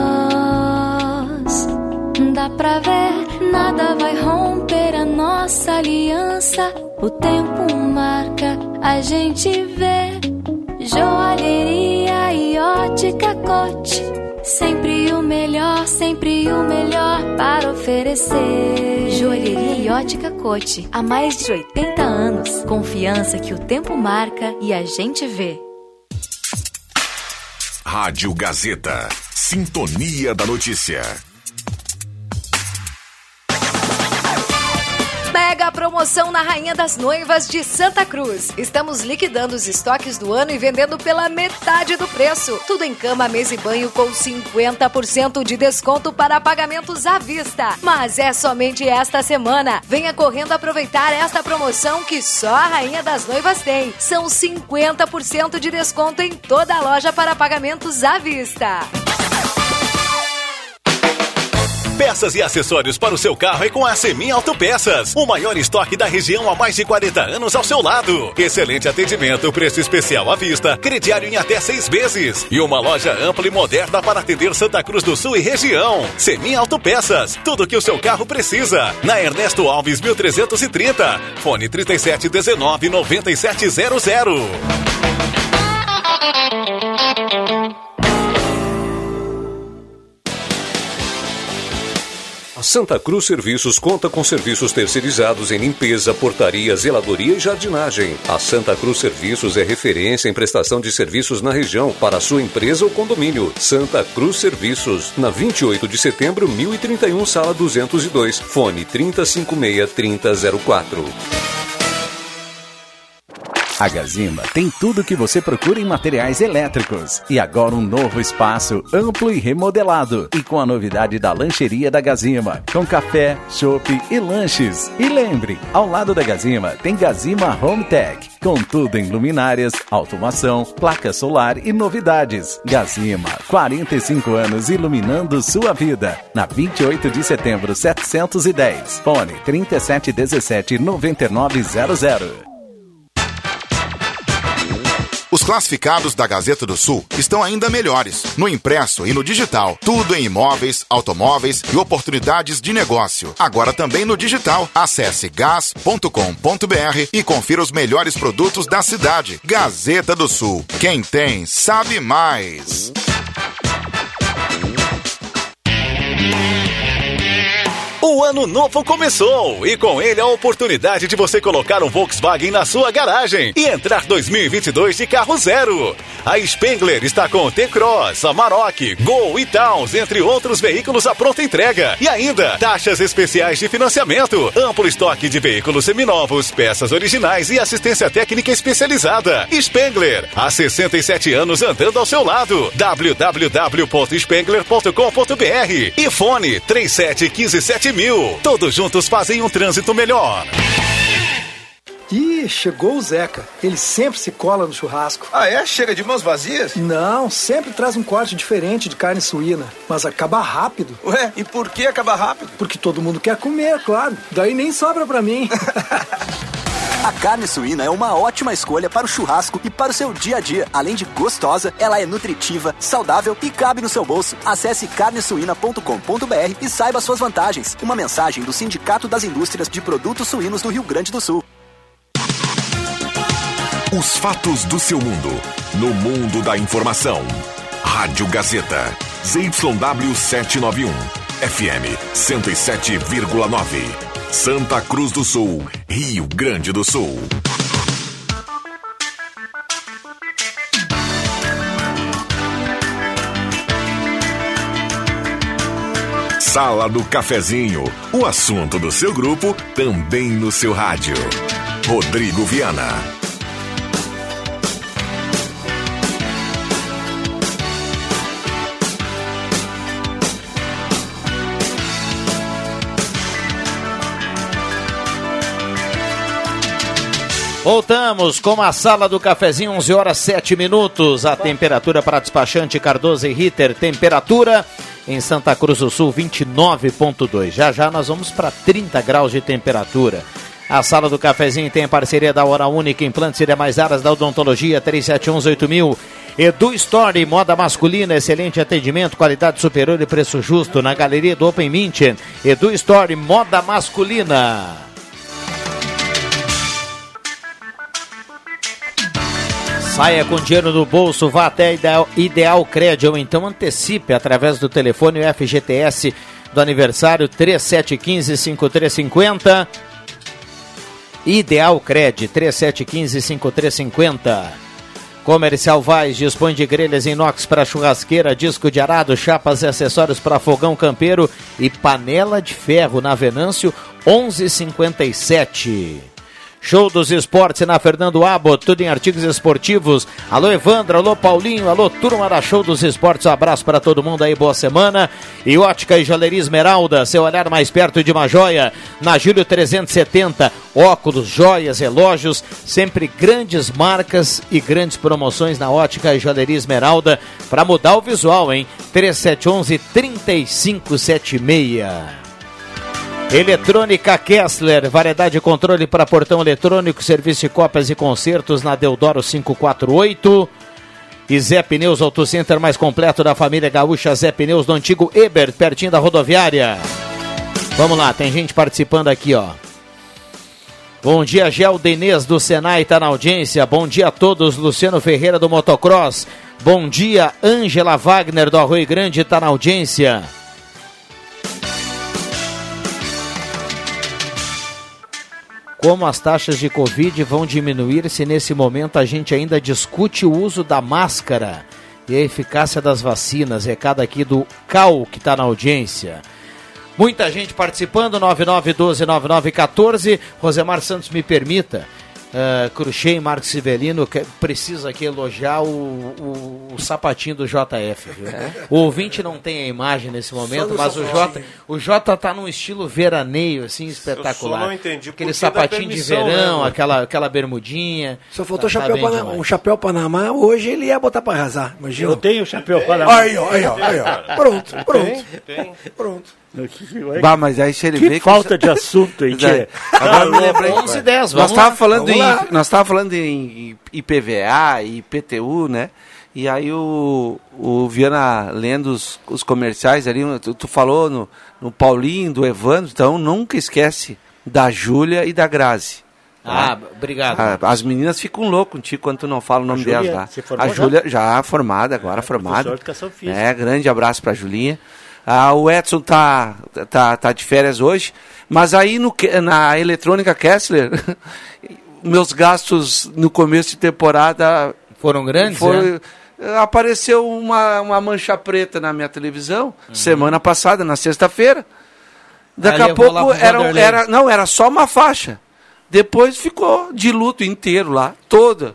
nós. Dá pra ver, nada vai romper a nossa aliança. O tempo marca, a gente vê. Joalheria e Ótica Cote. Sempre o melhor, sempre o melhor para oferecer. Joalheria e Ótica Cote. Há mais de oitenta anos. Confiança que o tempo marca e a gente vê. Rádio Gazeta. Sintonia da Notícia. Mega promoção na Rainha das Noivas de Santa Cruz. Estamos liquidando os estoques do ano e vendendo pela metade do preço. Tudo em cama, mesa e banho com cinquenta por cento de desconto para pagamentos à vista. Mas é somente esta semana. Venha correndo aproveitar esta promoção que só a Rainha das Noivas tem. São cinquenta por cento de desconto em toda a loja para pagamentos à vista. Peças e acessórios para o seu carro é com a Semin Autopeças. O maior estoque da região há mais de quarenta anos ao seu lado. Excelente atendimento, preço especial à vista, crediário em até seis vezes. E uma loja ampla e moderna para atender Santa Cruz do Sul e região. Semin Autopeças, tudo que o seu carro precisa. Na Ernesto Alves mil trezentos e trinta. Fone trinta e sete dezenove, noventa e sete zero zero. A Santa Cruz Serviços conta com serviços terceirizados em limpeza, portaria, zeladoria e jardinagem. A Santa Cruz Serviços é referência em prestação de serviços na região para a sua empresa ou condomínio. Santa Cruz Serviços, na vinte e oito de setembro, mil e trinta e um, sala duzentos e dois, fone trinta, cinquenta e seis, trinta zero quatro. A Gazima tem tudo o que você procura em materiais elétricos. E agora um novo espaço amplo e remodelado. E com a novidade da lancheria da Gazima, com café, chopp e lanches. E lembre, ao lado da Gazima tem Gazima Home Tech, com tudo em luminárias, automação, placa solar e novidades. Gazima, quarenta e cinco anos iluminando sua vida. Na vinte e oito de setembro, setecentos e dez. Fone trinta e sete dezessete, noventa e nove zero zero. Os classificados da Gazeta do Sul estão ainda melhores, no impresso e no digital. Tudo em imóveis, automóveis e oportunidades de negócio. Agora também no digital. Acesse gás ponto com ponto br e confira os melhores produtos da cidade. Gazeta do Sul. Quem tem, sabe mais. O ano novo começou e com ele a oportunidade de você colocar um Volkswagen na sua garagem e entrar dois mil e vinte e dois de carro zero. A Spengler está com T-Cross, Amarok, Gol e Towns, entre outros veículos à pronta entrega. E ainda, taxas especiais de financiamento, amplo estoque de veículos seminovos, peças originais e assistência técnica especializada. Spengler, há sessenta e sete anos andando ao seu lado. w w w ponto spengler ponto com ponto b r e fone três sete um cinco sete mil. Todos juntos fazem um trânsito melhor. Ih, chegou o Zeca. Ele sempre se cola no churrasco. Ah, é? Chega de mãos vazias? Não, sempre traz um corte diferente de carne suína. Mas acaba rápido. Ué, e por que acaba rápido? Porque todo mundo quer comer, claro. Daí nem sobra pra mim. A carne suína é uma ótima escolha para o churrasco e para o seu dia a dia. Além de gostosa, ela é nutritiva, saudável e cabe no seu bolso. Acesse carne suína ponto com ponto b r e saiba suas vantagens. Uma mensagem do Sindicato das Indústrias de Produtos Suínos do Rio Grande do Sul. Os fatos do seu mundo, no mundo da informação. Rádio Gazeta, Z Y W setecentos e noventa e um, F M cento e sete vírgula nove. Santa Cruz do Sul, Rio Grande do Sul. Sala do Cafezinho, o assunto do seu grupo também no seu rádio. Rodrigo Viana. Voltamos com a Sala do Cafezinho, onze horas sete minutos. A temperatura para despachante Cardoso e Ritter. Temperatura em Santa Cruz do Sul, vinte e nove vírgula dois. Já já nós vamos para trinta graus de temperatura. A Sala do Cafezinho tem a parceria da Hora Única, implantes e demais áreas da odontologia, três sete um, oito mil. Edu Store, moda masculina, excelente atendimento, qualidade superior e preço justo na galeria do Open Mint. Edu Store, moda masculina. Saia com dinheiro no bolso, vá até Ideal, Ideal Cred ou então antecipe através do telefone F G T S do aniversário três sete um cinco, cinco três cinco zero. Ideal Cred três sete um cinco, cinco três cinco zero. Comercial Vaz dispõe de grelhas inox para churrasqueira, disco de arado, chapas e acessórios para fogão campeiro e panela de ferro na Venâncio onze cinquenta e sete. Show dos Esportes na Fernando Abbott, tudo em artigos esportivos. Alô Evandro, alô Paulinho, alô turma da Show dos Esportes, um abraço para todo mundo aí, boa semana. E Ótica e Joalheria Esmeralda, seu olhar mais perto de uma joia, na Júlio trezentos e setenta, óculos, joias, relógios, sempre grandes marcas e grandes promoções na Ótica e Joalheria Esmeralda, para mudar o visual, hein? três sete um um, três cinco sete seis. Eletrônica Kessler, variedade de controle para portão eletrônico, serviço de cópias e concertos na Deodoro quinhentos e quarenta e oito. E Zé Pneus Auto Center mais completo da família gaúcha, Zé Pneus do antigo Ebert, pertinho da rodoviária. Vamos lá, tem gente participando aqui, ó. Bom dia, Gel Denez do Senai, tá na audiência. Bom dia a todos, Luciano Ferreira do Motocross. Bom dia, Ângela Wagner do Arroio Grande, tá na audiência. Como as taxas de Covid vão diminuir se nesse momento a gente ainda discute o uso da máscara e a eficácia das vacinas? Recado aqui do Cal, que está na audiência. Muita gente participando, nove nove um dois nove nove um quatro. Rosemar Santos, me permita, uh, Cruxem e Marcos Civelino, que precisa aqui elogiar o, o, o sapatinho do J F. Viu? É. O ouvinte não tem a imagem nesse momento, mas o J, o J tá num estilo veraneio, assim, espetacular. Eu só não entendi aquele sapatinho de verão, né? aquela, aquela bermudinha. Só faltou tá, chapéu tá Panamá, um chapéu Panamá, hoje ele ia botar para arrasar. Imagina. Eu tenho chapéu Panamá. Aí, ó, aí, ó, aí, ó. Pronto, pronto. Tem, tem. Pronto. Bah, mas aí se ele que vê falta que... de assunto aí, Tchê. Agora me lembrei. onze e dez, nós estávamos falando em nós tava falando em I P V A e I P T U, né? E aí o, o Viana lendo os, os comerciais ali, tu, tu falou no, no Paulinho, do Evandro, então nunca esquece da Júlia e da Grazi. Ah, tá? obrigado. A, as meninas ficam loucas contigo quando tu não fala o nome Julia, delas lá. A Júlia já? já formada, agora é, formada. De educação física. É, grande abraço pra Julinha. Ah, o Edson tá, tá, tá de férias hoje, mas aí no, na Eletrônica Kessler, meus gastos no começo de temporada... Foram grandes, foram, é? Apareceu uma, uma mancha preta na minha televisão, uhum. semana passada, na sexta-feira. Daqui a pouco era, era, não, era só uma faixa. Depois ficou de luto inteiro lá, toda.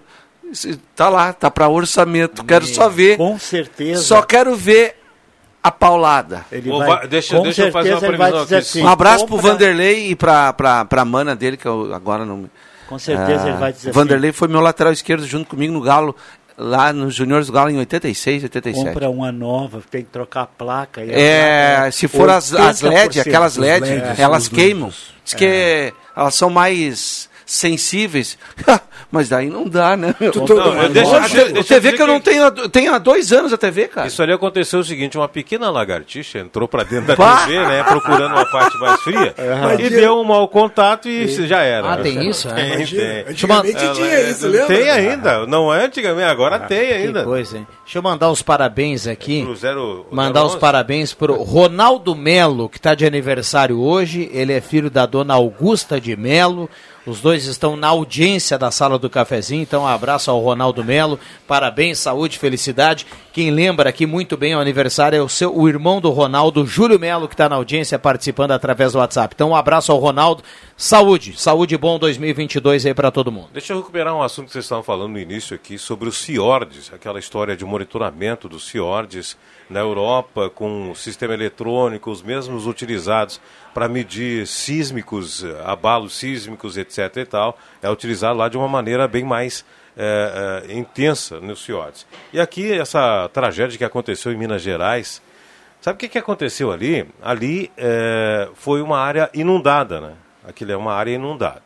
Tá lá, tá para orçamento, hum, quero só ver. Com certeza. Só quero ver... a paulada. Ele vai, deixa deixa eu fazer uma previsão aqui. Assim, um abraço compra... pro Vanderlei e pra, pra, pra mana dele, que eu agora não... Com certeza ah, ele vai dizer Vanderlei assim, foi meu lateral esquerdo junto comigo no Galo, lá nos Juniores do Galo em oitenta e seis, oitenta e sete. Compra uma nova, tem que trocar a placa. E a é, placa, se for as, as L E D, aquelas L E D, é, elas queimam. Diz que é. elas são mais... sensíveis, mas daí não dá, né? Tu, tu, não, eu deixa, deixa, deixa T V que eu não tenho, tenho há dois anos a T V, cara. Isso ali aconteceu o seguinte, uma pequena lagartixa entrou pra dentro da T V, né, procurando uma parte mais fria, é. e deu um mau contato e é. já era. Ah, tem isso? Tem, é. tem. Antigamente ela, tinha é, isso, lembra? Tem ainda, não é antigamente, agora ah, tem ainda. Que coisa, hein? Deixa eu mandar os parabéns aqui, pro zero, mandar zero os onze. Parabéns pro Ronaldo Melo, que tá de aniversário hoje, ele é filho da dona Augusta de Melo. Os dois estão na audiência da Sala do Cafezinho, então um abraço ao Ronaldo Melo, parabéns, saúde, felicidade. Quem lembra aqui muito bem o aniversário é o, seu, o irmão do Ronaldo, Júlio Melo, que está na audiência participando através do WhatsApp. Então um abraço ao Ronaldo, saúde, saúde bom dois mil e vinte e dois aí para todo mundo. Deixa eu recuperar um assunto que vocês estavam falando no início aqui, sobre os fiordes, aquela história de monitoramento dos fiordes na Europa, com o sistema eletrônico, os mesmos utilizados para medir sísmicos, abalos sísmicos, etc e tal, é utilizado lá de uma maneira bem mais é, é, intensa nos fiordes. E aqui, essa tragédia que aconteceu em Minas Gerais, sabe o que, que aconteceu ali? Ali é, foi uma área inundada, né? Aquilo é uma área inundada.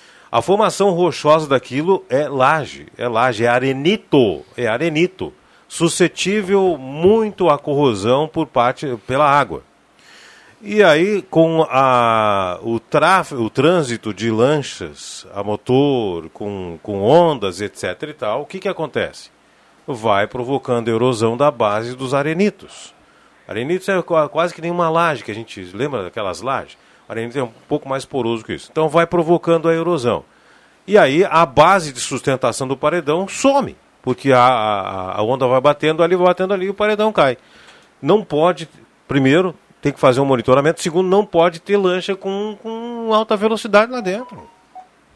A formação rochosa daquilo é laje, é laje, é arenito, é arenito, suscetível muito à corrosão por parte, pela água. E aí, com a, o, tráfego, o trânsito de lanchas a motor, com, com ondas, etc e tal, o que, que acontece? Vai provocando erosão da base dos arenitos. Arenitos é quase que nem uma laje, que a gente lembra daquelas lajes? O arenito é um pouco mais poroso que isso. Então vai provocando a erosão. E aí a base de sustentação do paredão some, porque a, a, a onda vai batendo ali, vai batendo ali e o paredão cai. Não pode, primeiro... tem que fazer um monitoramento. Segundo, não pode ter lancha com, com alta velocidade lá dentro.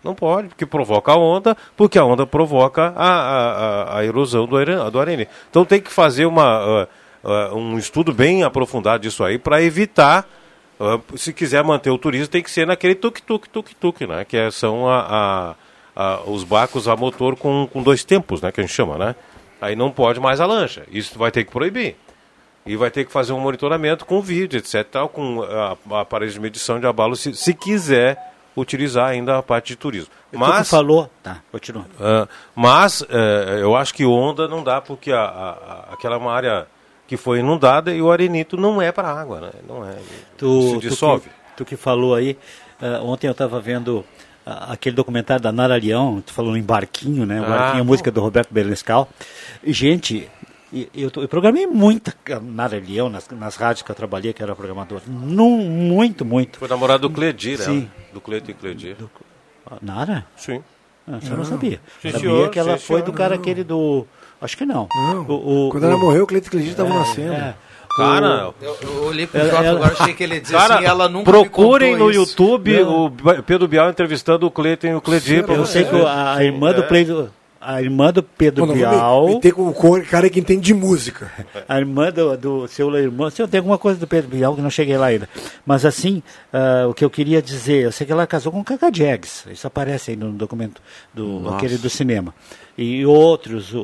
Não pode, porque provoca a onda, porque a onda provoca a, a, a erosão do, do arenito. Então tem que fazer uma, uh, uh, um estudo bem aprofundado disso aí para evitar, uh, se quiser manter o turismo, tem que ser naquele tuk-tuk, tuk-tuk, né? Que é, são a, a, a, os barcos a motor com, com dois tempos, né? Que a gente chama, né? Aí não pode mais a lancha. Isso vai ter que proibir. E vai ter que fazer um monitoramento com vídeo, etcétera, tal, com a, a aparelhos de medição de abalo, se, se quiser utilizar ainda a parte de turismo. Mas tu falou, tá, continua. Uh, mas uh, eu acho que onda não dá, porque a, a, a, aquela é uma área que foi inundada e o arenito não é para água, né? Não é, tu, se dissolve. Tu que, tu que falou aí, uh, ontem eu estava vendo uh, aquele documentário da Nara Leão, tu falou em Barquinho, né? O Barquinho, ah, a música do Roberto Bernescal. E, gente, eu, eu programei muita Nara Leão nas, nas rádios que eu trabalhei, que era programador. Num, muito, muito. Foi namorado do Cledir, né? Sim. Do Cleito e Cledir. Do, Nara? Sim. Ah, eu não sabia. Sim, sabia senhor, que ela sim, foi senhor. do cara Não. aquele do... Acho que não. Não. O, o, Quando o, ela morreu, o Cleito Cledir estava é, nascendo. É. Cara, eu, eu olhei pro ela, Jota ela, agora, achei que ele dizia cara, assim, ela nunca procurem me no contou isso. YouTube Não. o Pedro Bial entrevistando o Cleiton e o Cledir. Eu sei que a, a irmã do Pedro... A irmã do Pedro Pô, Bial... Me, me tem com o cara que entende de música. A irmã do, do seu irmão... Se eu tenho alguma coisa do Pedro Bial que não cheguei lá ainda. Mas assim, uh, o que eu queria dizer... Eu sei que ela casou com o Cacá Jags. Isso aparece aí no documento, do, aquele do cinema. E outros,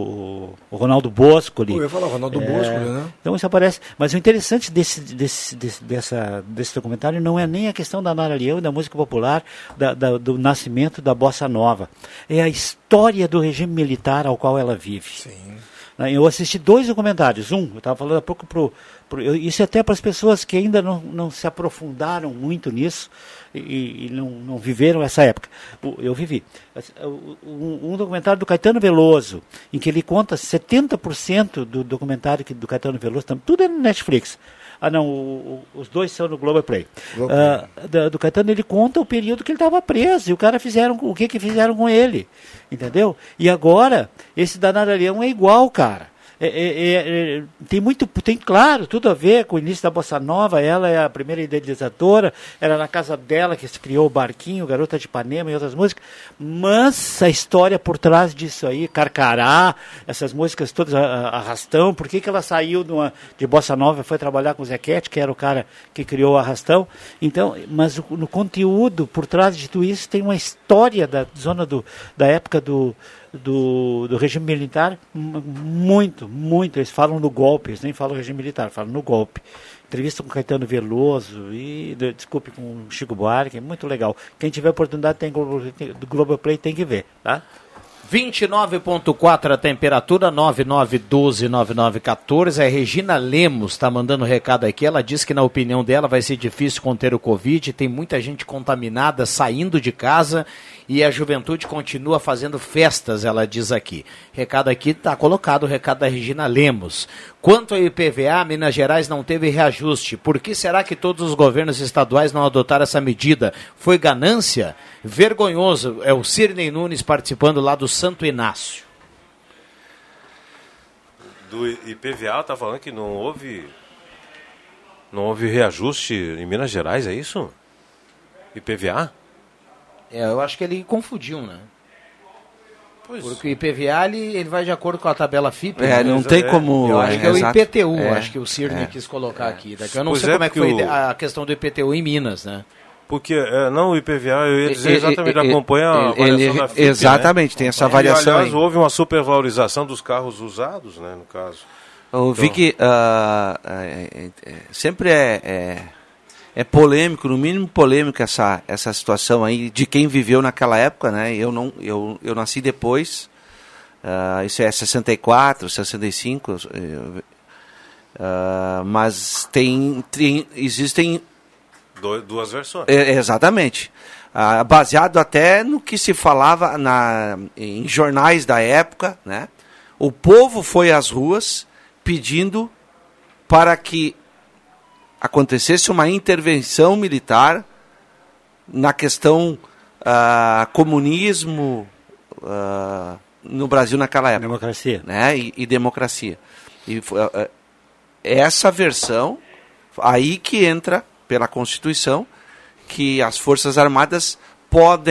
o, o Ronaldo Boscoli. Eu ia falar Ronaldo é, Boscoli, né? Então isso aparece. Mas o interessante desse, desse, desse, dessa, desse documentário não é nem a questão da Nara Leão, da música popular, da, da, do nascimento da Bossa Nova. É a história do regime militar ao qual ela vive. Sim. Eu assisti dois documentários. Um, eu estava falando há pouco pro, pro eu, isso é até para as pessoas que ainda não, não se aprofundaram muito nisso e, e não, não viveram essa época. Eu vivi. Um, um documentário do Caetano Veloso, em que ele conta setenta por cento do documentário que, do Caetano Veloso, tudo é no Netflix. Ah, não, o, o, os dois são no Globoplay. Globoplay. Uh, do, do Caetano, ele conta o período que ele estava preso e o cara fizeram o que, que fizeram com ele. Entendeu? E agora, esse da Nara Leão é igual, cara. É, é, é, tem muito, tem claro, tudo a ver com o início da Bossa Nova. Ela é a primeira idealizadora, era na casa dela que se criou o Barquinho, Garota de Ipanema e outras músicas, mas a história por trás disso aí, Carcará, essas músicas todas, a, a Arrastão, por que que ela saiu de, uma, de Bossa Nova e foi trabalhar com o Zequete, que era o cara que criou o Arrastão. Então, mas o, no conteúdo, por trás de tudo isso, tem uma história da zona do, da época do Do, do regime militar, muito, muito. Eles falam no golpe, eles nem falam regime militar, falam no golpe. Entrevista com Caetano Veloso e, de, desculpe, com Chico Buarque, muito legal. Quem tiver oportunidade tem, do Globoplay tem que ver, tá? vinte e nove vírgula quatro a temperatura, nove nove um dois nove nove um quatro. A Regina Lemos está mandando um recado aqui. Ela diz que, na opinião dela, vai ser difícil conter o Covid. Tem muita gente contaminada saindo de casa e a juventude continua fazendo festas, ela diz aqui. Recado aqui, está colocado o recado da Regina Lemos. Quanto ao I P V A, Minas Gerais não teve reajuste. Por que será que todos os governos estaduais não adotaram essa medida? Foi ganância? Vergonhoso. É o Cirnei Nunes participando lá do Santo Inácio. Do I P V A está falando que não houve não houve reajuste em Minas Gerais, é isso? I P V A? É, eu acho que ele confundiu, né? Pois. Porque o I P V A ele, ele vai de acordo com a tabela F I P. É, né? não tem como... Eu acho é, que é o exato. I P T U, é, acho que o Cirne é, quis colocar é. aqui. Daqui eu não Pois sei é, como é que foi o... a questão do I P T U em Minas, né? Porque, é, não, o I P V A, eu ia dizer exatamente, ele, acompanha a variação ele, da F I P, exatamente, né? tem essa E, variação aliás, aí. houve uma supervalorização dos carros usados, né, no caso. Eu vi Então... que uh, é, é, é, sempre é, é, é polêmico, no mínimo polêmico essa, essa situação aí de quem viveu naquela época, né? Eu, não, eu, eu nasci depois, uh, isso é sessenta e quatro, sessenta e cinco, uh, mas tem, tem, existem... Do, duas versões. É, exatamente. Uh, baseado até no que se falava na, em jornais da época, né? O povo foi às ruas pedindo para que acontecesse uma intervenção militar na questão uh, comunismo uh, no Brasil naquela época. Democracia. Né? E, e democracia. E uh, essa versão, aí que entra, pela Constituição, que as Forças Armadas podem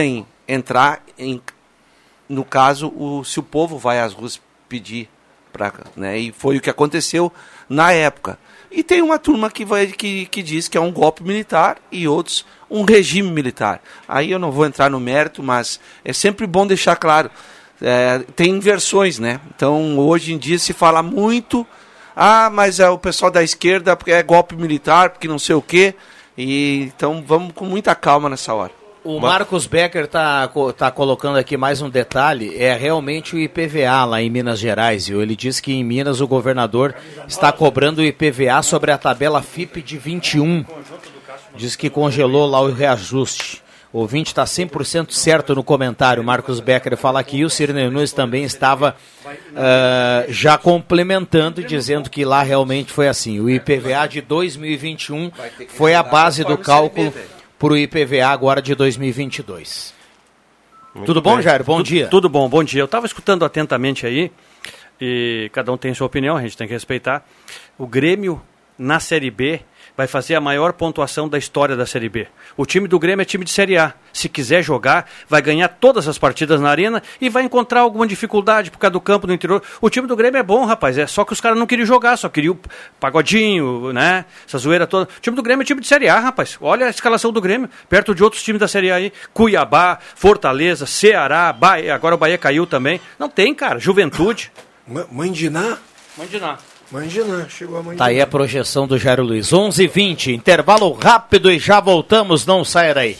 entrar em, no caso, o, se o povo vai às ruas pedir, pra, né? E foi o que aconteceu na época. E tem uma turma que, vai, que, que diz que é um golpe militar e outros um regime militar. Aí eu não vou entrar no mérito, mas é sempre bom deixar claro, é, tem versões, né? Então hoje em dia se fala muito, ah, mas é o pessoal da esquerda porque é golpe militar, porque não sei o quê, e então vamos com muita calma nessa hora. O Marcos Becker está tá colocando aqui mais um detalhe, é realmente o I P V A lá em Minas Gerais, viu? Ele diz que em Minas o governador está cobrando o I P V A sobre a tabela F I P de vinte e um, diz que congelou lá o reajuste. O ouvinte está cem por cento certo no comentário, Marcos Becker fala aqui, o Cirne Nunes também estava uh, já complementando, dizendo que lá realmente foi assim, o I P V A de dois mil e vinte e um foi a base do cálculo para o I P V A agora de dois mil e vinte e dois. Muito tudo bom, bem. Jair? Bom tudo, dia. Tudo bom, bom dia. Eu estava escutando atentamente aí, e cada um tem sua opinião, a gente tem que respeitar. O Grêmio, na Série B, vai fazer a maior pontuação da história da Série B. O time do Grêmio é time de Série A. Se quiser jogar, vai ganhar todas as partidas na arena e vai encontrar alguma dificuldade por causa do campo no interior. O time do Grêmio é bom, rapaz, é só que os caras não queriam jogar, só queriam o pagodinho, né? Essa zoeira toda. O time do Grêmio é time de Série A, rapaz. Olha a escalação do Grêmio, perto de outros times da Série A aí. Cuiabá, Fortaleza, Ceará, Bahia, agora o Bahia caiu também. Não tem, cara. Juventude. Mãe de Ná? Mãe de Ná. Mãe de Ná, chegou a mãe Tá de aí Ná. a projeção do Jairo Luiz. onze e vinte, intervalo rápido e já voltamos, não saia daí.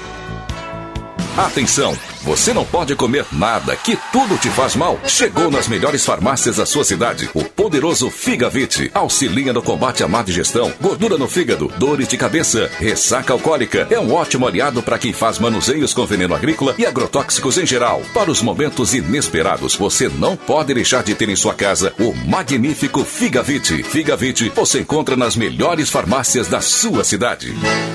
Atenção, você não pode comer nada, que tudo te faz mal. Chegou nas melhores farmácias da sua cidade, o poderoso Figavit. Auxilia no combate à má digestão, gordura no fígado, dores de cabeça, ressaca alcoólica. É um ótimo aliado para quem faz manuseios com veneno agrícola e agrotóxicos em geral. Para os momentos inesperados, você não pode deixar de ter em sua casa o magnífico Figavit. Figavit você encontra nas melhores farmácias da sua cidade.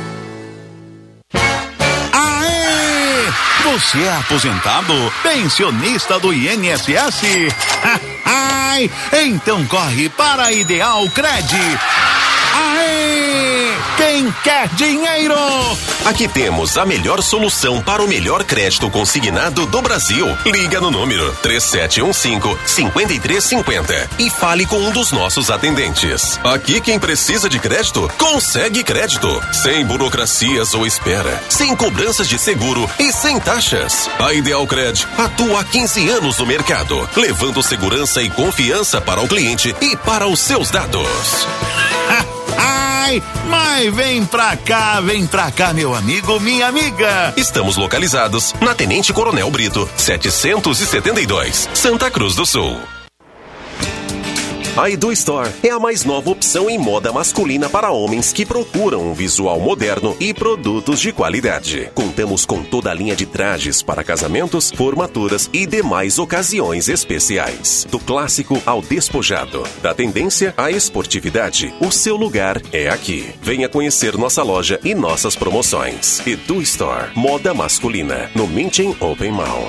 Você é aposentado? Pensionista do I N S S? Ai, então corre para a Ideal Cred. Aê! Quem quer dinheiro? Aqui temos a melhor solução para o melhor crédito consignado do Brasil. Liga no número três sete um cinco, cinco três cinco zero e fale com um dos nossos atendentes. Aqui quem precisa de crédito, consegue crédito. Sem burocracias ou espera, sem cobranças de seguro e sem taxas. A Ideal Cred atua há quinze anos no mercado, levando segurança e confiança para o cliente e para os seus dados. Ai, mas vem pra cá, vem pra cá, meu amigo, minha amiga. Estamos localizados na Tenente Coronel Brito, setecentos e setenta e dois, Santa Cruz do Sul. A Edu Store é a mais nova opção em moda masculina para homens que procuram um visual moderno e produtos de qualidade. Contamos com toda a linha de trajes para casamentos, formaturas e demais ocasiões especiais. Do clássico ao despojado, da tendência à esportividade, o seu lugar é aqui. Venha conhecer nossa loja e nossas promoções. Edu Store, moda masculina, no Minchen Open Mall.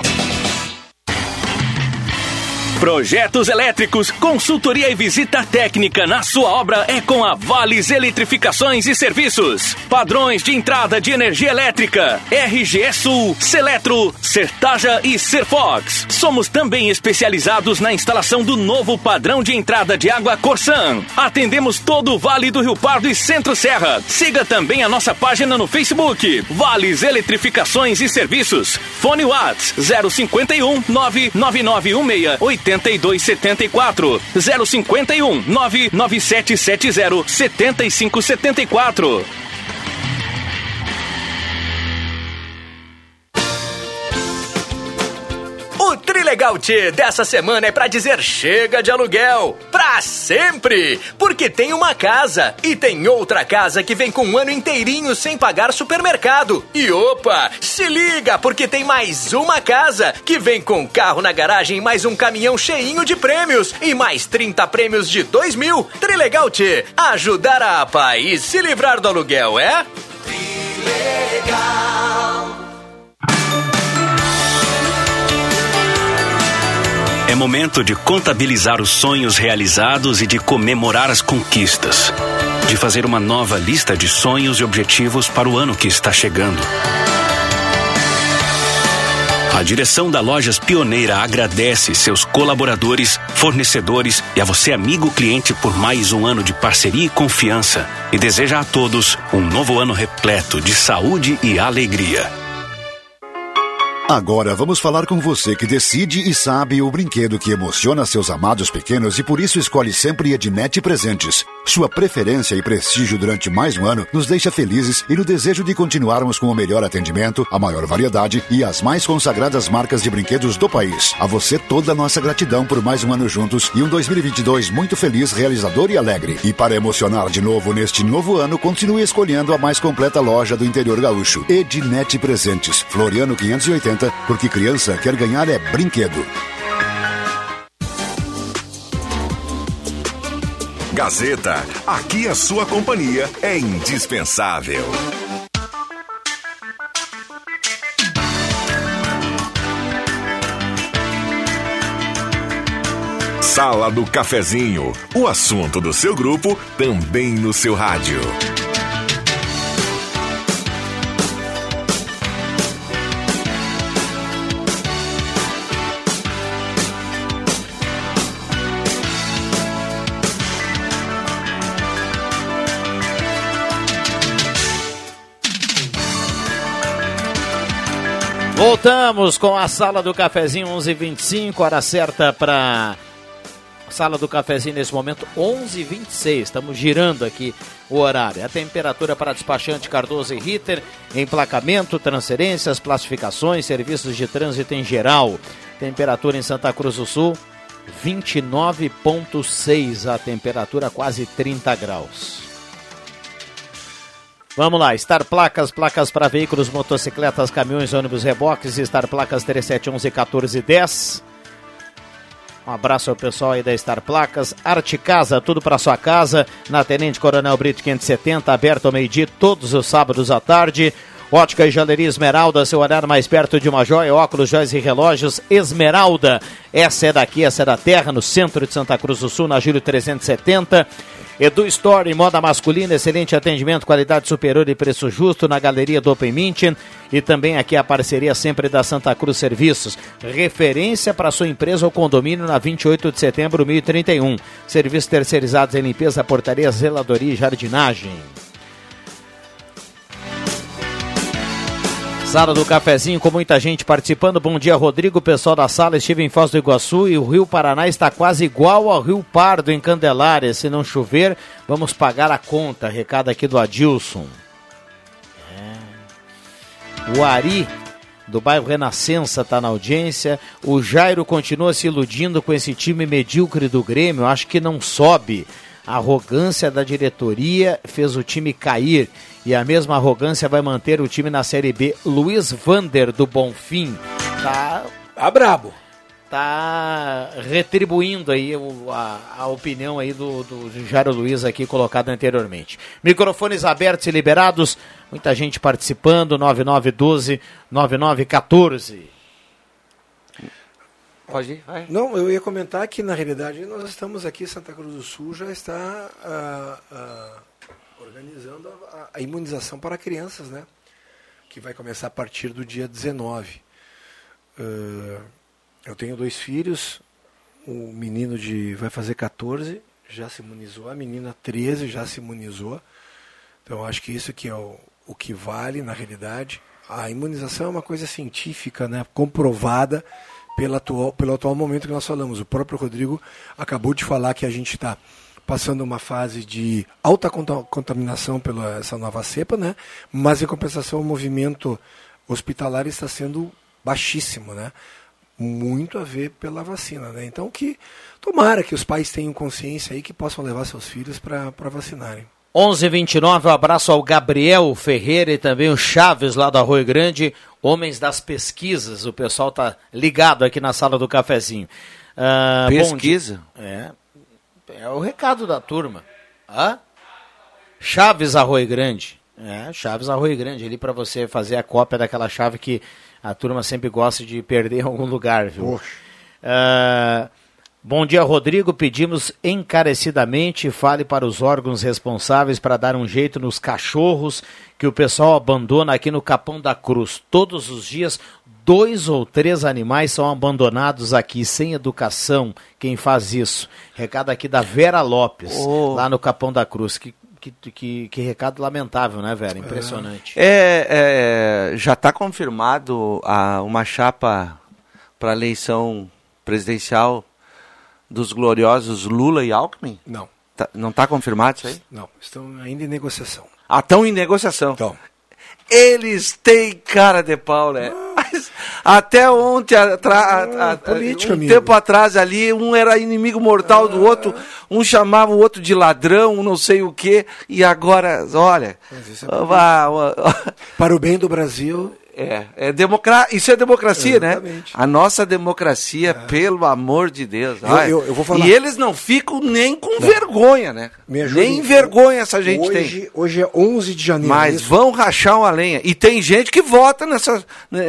Projetos elétricos, consultoria e visita técnica na sua obra é com a Vales Eletrificações e Serviços. Padrões de entrada de energia elétrica, R G E Sul, Seletro, Sertaja e Serfox. Somos também especializados na instalação do novo padrão de entrada de água Corsan. Atendemos todo o Vale do Rio Pardo e Centro Serra. Siga também a nossa página no Facebook, Vales Eletrificações e Serviços. Fone Whats zero cinco um, nove nove nove um seis, oito dois sete quatro, zero cinco um, nove nove sete sete zero, sete cinco sete quatro. O Trilegal Tchê dessa semana é pra dizer chega de aluguel, pra sempre, porque tem uma casa e tem outra casa que vem com um ano inteirinho sem pagar supermercado. E opa, se liga, porque tem mais uma casa que vem com carro na garagem e mais um caminhão cheinho de prêmios e mais trinta prêmios de dois mil. Trilegal Tchê, ajudar a APA e se livrar do aluguel, é? Trilegal. É momento de contabilizar os sonhos realizados e de comemorar as conquistas. De fazer uma nova lista de sonhos e objetivos para o ano que está chegando. A direção da Lojas Pioneira agradece seus colaboradores, fornecedores e a você, amigo cliente, por mais um ano de parceria e confiança. E deseja a todos um novo ano repleto de saúde e alegria. Agora vamos falar com você que decide e sabe o brinquedo que emociona seus amados pequenos e por isso escolhe sempre Ednet Presentes. Sua preferência e prestígio durante mais um ano nos deixa felizes e no desejo de continuarmos com o melhor atendimento, a maior variedade e as mais consagradas marcas de brinquedos do país. A você toda a nossa gratidão por mais um ano juntos e um dois mil e vinte e dois muito feliz, realizador e alegre. E para emocionar de novo neste novo ano, continue escolhendo a mais completa loja do interior gaúcho. Ednet Presentes, Floriano quinhentos e oitenta, porque criança quer ganhar é brinquedo. Gazeta, aqui a sua companhia é indispensável. Sala do Cafezinho, o assunto do seu grupo também no seu rádio. Voltamos com a Sala do Cafezinho, onze e vinte e cinco, hora certa para Sala do Cafezinho nesse momento, onze e vinte e seis. Estamos girando aqui o horário. A temperatura para despachante Cardoso e Ritter, emplacamento, transferências, classificações, serviços de trânsito em geral. Temperatura em Santa Cruz do Sul, vinte e nove vírgula seis, a temperatura quase trinta graus. Vamos lá, Star Placas, placas para veículos, motocicletas, caminhões, ônibus, reboques, Star Placas três sete um um, um quatro um zero. Um abraço ao pessoal aí da Star Placas. Arte Casa, tudo para sua casa, na Tenente Coronel Brito quinhentos e setenta, aberto ao meio-dia, todos os sábados à tarde. Ótica e Joalheria Esmeralda, seu olhar mais perto de uma joia, óculos, joias e relógios Esmeralda. Essa é daqui, essa é da terra, no centro de Santa Cruz do Sul, na Júlio trezentos e setenta. Edu Store, moda masculina, excelente atendimento, qualidade superior e preço justo na Galeria do Open München. E também aqui a parceria sempre da Santa Cruz Serviços. Referência para sua empresa ou condomínio na vinte e oito de setembro, mil e trinta e um. Serviços terceirizados em limpeza, portaria, zeladoria e jardinagem. Sala do Cafezinho com muita gente participando. Bom dia, Rodrigo, pessoal da sala. Estive em Foz do Iguaçu e o Rio Paraná está quase igual ao Rio Pardo em Candelária. Se não chover, vamos pagar a conta. Recado aqui do Adilson. É. O Ari, do bairro Renascença, está na audiência. O Jairo continua se iludindo com esse time medíocre do Grêmio. Acho que não sobe. A arrogância da diretoria fez o time cair. E a mesma arrogância vai manter o time na Série B. Luiz Vander, do Bonfim, tá, tá brabo. Tá retribuindo aí o, a, a opinião aí do, do Jairo Luiz aqui colocada anteriormente. Microfones abertos e liberados. Muita gente participando. nove nove um dois, nove nove um quatro. Pode ir, vai. Não, eu ia comentar que na realidade nós estamos aqui, Santa Cruz do Sul já está... Uh, uh, organizando a, a imunização para crianças, né? Que vai começar a partir do dia dezenove. Uh, eu tenho dois filhos, o menino de vai fazer quatorze, já se imunizou, a menina treze já se imunizou. Então acho que isso que é o, o que vale na realidade. A imunização é uma coisa científica, né? Comprovada pela atual, pelo atual momento que nós falamos. O próprio Rodrigo acabou de falar que a gente está passando uma fase de alta contaminação pela essa nova cepa, né? Mas em compensação o movimento hospitalar está sendo baixíssimo, né? Muito a ver pela vacina, né? Então que tomara que os pais tenham consciência aí que possam levar seus filhos para vacinarem. onze e vinte e nove, um abraço ao Gabriel Ferreira e também o Chaves lá do Arroio Grande, homens das pesquisas. O pessoal tá ligado aqui na Sala do Cafezinho. Uh, Pesquisa? É. É o recado da turma. Hã? Chaves Arroio Grande. É, Chaves Arroio Grande, ali para você fazer a cópia daquela chave que a turma sempre gosta de perder em algum lugar, viu? Uh, Bom dia, Rodrigo. Pedimos encarecidamente, fale para os órgãos responsáveis para dar um jeito nos cachorros que o pessoal abandona aqui no Capão da Cruz. Todos os dias, dois ou três animais são abandonados aqui, sem educação. Quem faz isso? Recado aqui da Vera Lopes, oh. lá no Capão da Cruz. Que, que, que, que recado lamentável, né, Vera? Impressionante. É, é, já está confirmado a, uma chapa para a eleição presidencial dos gloriosos Lula e Alckmin? Não. Tá, não está confirmado isso aí? Não, estão ainda em negociação. Ah, estão em negociação. Então. Eles têm cara de pau, né? Mas, até ontem, atra, a, a, política, um amigo. tempo atrás ali, um era inimigo mortal do outro, um chamava o outro de ladrão, um não sei o quê, e agora, olha... Isso é vá, vá, vá. Para o bem do Brasil... É, é democra... isso é democracia, exatamente, né? A nossa democracia, é. Pelo amor de Deus. Eu, eu, eu vou falar... E eles não ficam nem com não. vergonha, né? Nem vergonha essa gente hoje, tem. Hoje é onze de janeiro. Mas isso? Vão rachar uma lenha. E tem gente que vota nessa,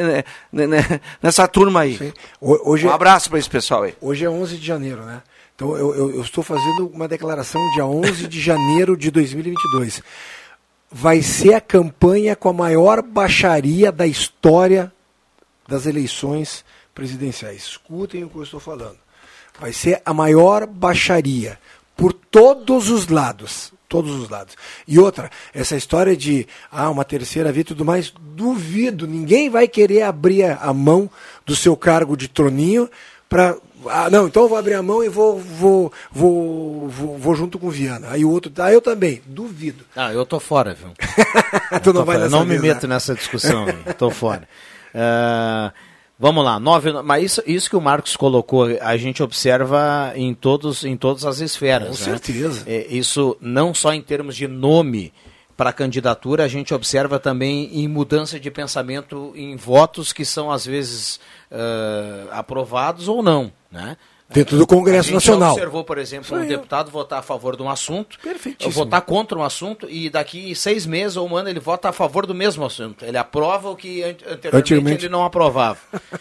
nessa turma aí. Sim. Hoje um abraço para esse pessoal aí. Hoje é onze de janeiro, né? Então eu, eu, eu estou fazendo uma declaração dia onze de janeiro de dois mil e vinte e dois. Vai ser a campanha com a maior baixaria da história das eleições presidenciais. Escutem o que eu estou falando. Vai ser a maior baixaria por todos os lados. Todos os lados. E outra, essa história de ah, uma terceira via e tudo mais, duvido. Ninguém vai querer abrir a mão do seu cargo de troninho para... Ah, não, então eu vou abrir a mão e vou, vou, vou, vou, vou junto com o Viana. Aí o outro, ah, eu também, duvido. Ah, eu tô fora, viu? tu não vai fora. nessa Não vez, me meto né? nessa discussão, tô fora. Uh, vamos lá, nove, mas isso, isso que o Marcos colocou, a gente observa em, todos, em todas as esferas. Com né? certeza. É, isso não só em termos de nome para a candidatura, a gente observa também em mudança de pensamento em votos que são às vezes uh, aprovados ou não, né? Dentro do Congresso a gente Nacional. Já observou, por exemplo, um deputado votar a favor de um assunto, Perfeitíssimo. votar contra um assunto e daqui seis meses ou um ano ele vota a favor do mesmo assunto. Ele aprova o que anteriormente, anteriormente. ele não aprovava.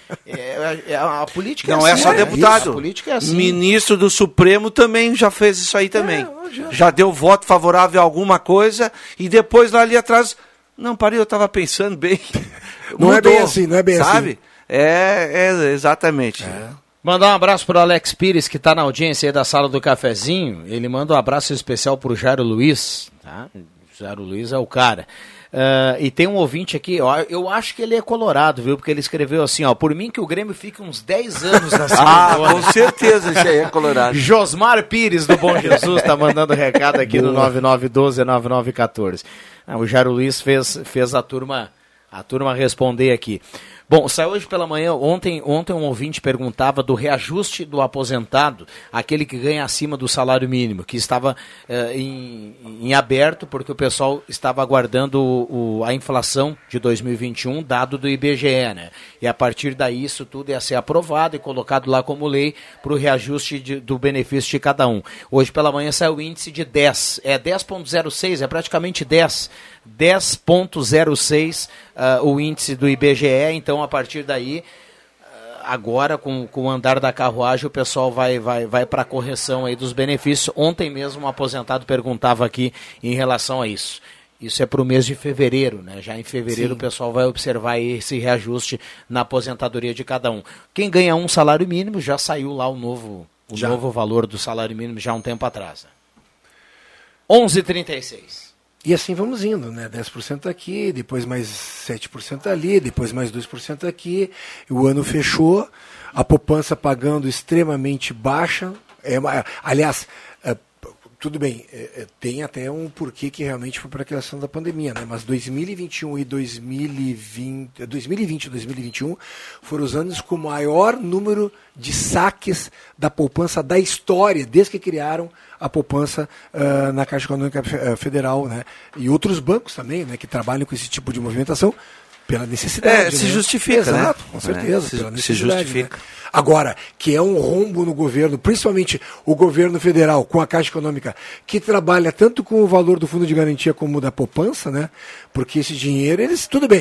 é, é, a política não é é assim, só é deputado. Isso, a política é assim. Ministro do Supremo também já fez isso aí também. É, já. já deu voto favorável a alguma coisa e depois lá ali atrás, não, parei, eu estava pensando bem. Não Mudou, é bem assim, não é bem sabe? assim. É, é exatamente. É. Mandar um abraço para o Alex Pires, que está na audiência aí da Sala do Cafezinho. Ele manda um abraço especial para o Jairo Luiz. Tá? O Jairo Luiz é o cara. Uh, e tem um ouvinte aqui, ó, eu acho que ele é colorado, viu? Porque ele escreveu assim, ó, por mim que o Grêmio fique uns dez anos na Ah, com certeza esse aí é colorado. Josmar Pires, do Bom Jesus, tá mandando recado aqui Boa. no nove nove um dois nove nove um quatro. Ah, o Jairo Luiz fez, fez a turma, a turma responder aqui. Bom, saiu hoje pela manhã, ontem, ontem um ouvinte perguntava do reajuste do aposentado, aquele que ganha acima do salário mínimo, que estava eh, em, em aberto, porque o pessoal estava aguardando o, o, a inflação de dois mil e vinte e um, dado do I B G E, né? E a partir daí isso tudo ia ser aprovado e colocado lá como lei para o reajuste de, do benefício de cada um. Hoje pela manhã saiu o índice de dez, é dez vírgula zero seis, é praticamente dez, dez vírgula zero seis uh, o índice do I B G E, então a partir daí, uh, agora com, com o andar da carruagem, o pessoal vai, vai, vai para a correção aí dos benefícios. Ontem mesmo um aposentado perguntava aqui em relação a isso. Isso é para o mês de fevereiro, né? Já em fevereiro Sim. o pessoal vai observar esse reajuste na aposentadoria de cada um. Quem ganha um salário mínimo, já saiu lá o novo, o novo valor do salário mínimo já há um tempo atrás. Né? onze e trinta e seis. E assim vamos indo, né? dez por cento aqui, depois mais sete por cento ali, depois mais dois por cento aqui. O ano fechou, a poupança pagando extremamente baixa. É, aliás, é, tudo bem, é, tem até um porquê que realmente foi para a criação da pandemia, né? Mas dois mil e vinte e um e dois mil e vinte, dois mil e vinte e dois mil e vinte e um foram os anos com o maior número de saques da poupança da história, desde que criaram a poupança uh, na Caixa Econômica Federal, né? E outros bancos também, né, que trabalham com esse tipo de movimentação pela necessidade. É, se né? justifica, Exato, né? com certeza, é, se, pela necessidade. Se justifica. Né? Agora, que é um rombo no governo, principalmente o governo federal, com a Caixa Econômica, que trabalha tanto com o valor do fundo de garantia como da poupança, né? Porque esse dinheiro, eles, tudo bem,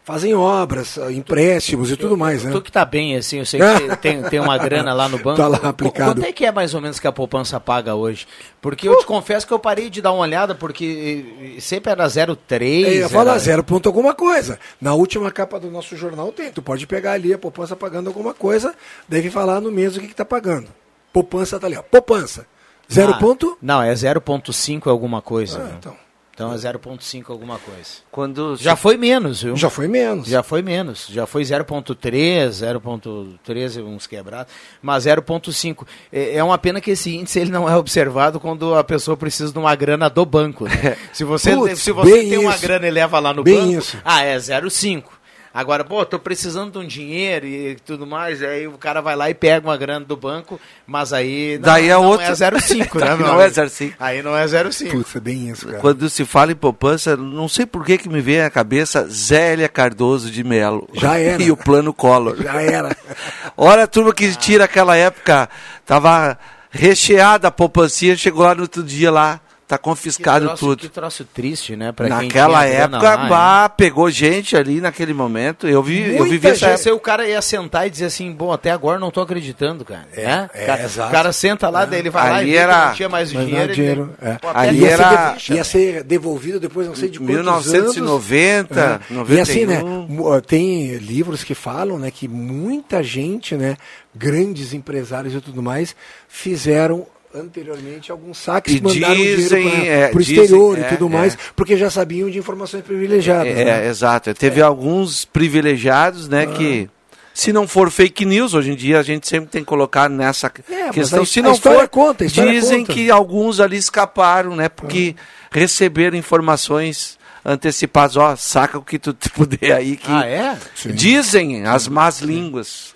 fazem obras, empréstimos e tudo mais, né? Tu que tá bem, assim, eu sei que tem, tem uma grana lá no banco. Tá lá aplicado. Quanto é que é mais ou menos que a poupança paga hoje? Porque eu te confesso que eu parei de dar uma olhada, porque sempre era zero vírgula três. Eu ia falar era... zero ponto alguma coisa. Na última capa do nosso jornal tem, tu pode pegar ali a poupança pagando alguma coisa, deve falar no mês o que que tá pagando. Poupança tá ali, ó, poupança. Zero ah, ponto? Não, é zero vírgula cinco alguma coisa. Ah, né? então. Então é zero vírgula cinco alguma coisa. Quando já foi menos, viu? Já foi menos. Já foi menos. Já foi zero vírgula três, zero vírgula treze, uns quebrados. Mas zero vírgula cinco. É, é uma pena que esse índice ele não é observado quando a pessoa precisa de uma grana do banco. Né? Se você, Puts, se você tem isso. uma grana e leva lá no bem banco, isso. ah, é zero vírgula cinco. Agora, pô, tô precisando de um dinheiro e tudo mais, aí o cara vai lá e pega uma grana do banco, mas aí não, Daí é não outro... é zero vírgula cinco, né? Não é zero vírgula cinco. Aí não é zero vírgula cinco. Putz, é bem isso, cara. Quando se fala em poupança, não sei por que que me vem à cabeça Zélia Cardoso de Melo. Já era. E o Plano Collor. Já era. Olha a turma que tira aquela época, tava recheada a poupancinha, chegou lá no outro dia lá, tá confiscado que troço, tudo. Que troço triste, né? Pra Naquela quem época, lá, bah, pegou gente ali naquele momento. Eu vi, Muita eu vivi essa gente, época. o cara ia sentar e dizer assim, bom, até agora não tô acreditando, cara. É, É, é cara, exato. o cara senta lá, daí ele vai lá Ali e vê era- que não tinha mais o Mas não dinheiro. é dinheiro. ele- É. Pô, Ali pega ia, era- ser, ia ser devolvido depois não sei de quantos mil novecentos e noventa, anos. É. noventa e um. E assim, né? mu- Tem livros que falam, né, que muita gente, né, grandes empresários e tudo mais, fizeram anteriormente alguns saques, E mandaram dizem, dinheiro é, para o dizem, exterior é, e tudo é. mais, porque já sabiam de informações privilegiadas. É, né? exato. Teve alguns privilegiados, né, que se não for fake news, hoje em dia a gente sempre tem que colocar nessa É, mas questão. a- Se a não história for, conta, a história dizem conta. que alguns ali escaparam, né, porque receberam informações antecipadas. Ó, saca o que tu puder aí. Que Ah, é? Sim. dizem as más línguas.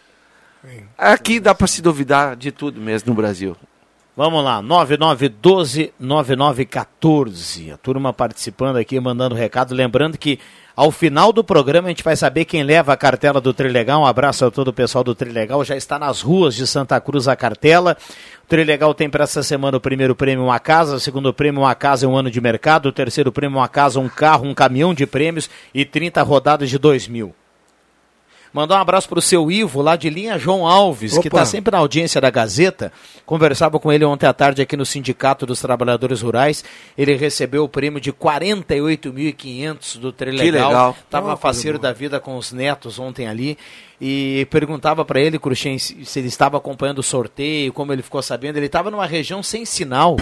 Aqui dá para se duvidar de tudo mesmo no Brasil. Vamos lá, nove nove um dois, nove nove um quatro. A turma participando aqui, mandando recado. Lembrando que ao final do programa a gente vai saber quem leva a cartela do Trilegal. Um abraço a todo o pessoal do Trilegal. Já está nas ruas de Santa Cruz a cartela. O Trilegal tem para essa semana o primeiro prêmio uma casa, o segundo prêmio uma casa e um ano de mercado, o terceiro prêmio uma casa, um carro, um caminhão de prêmios e trinta rodadas de dois mil. Mandar um abraço para o seu Ivo, lá de Linha João Alves, Opa. que está sempre na audiência da Gazeta. Conversava com ele ontem à tarde aqui no Sindicato dos Trabalhadores Rurais. Ele recebeu o prêmio de quarenta e oito mil e quinhentos do Trilegal. Que legal. Estava Oh, faceiro da vida com os netos ontem ali. E perguntava para ele, Cruxem, se se ele estava acompanhando o sorteio, como ele ficou sabendo. Ele estava numa região sem sinal.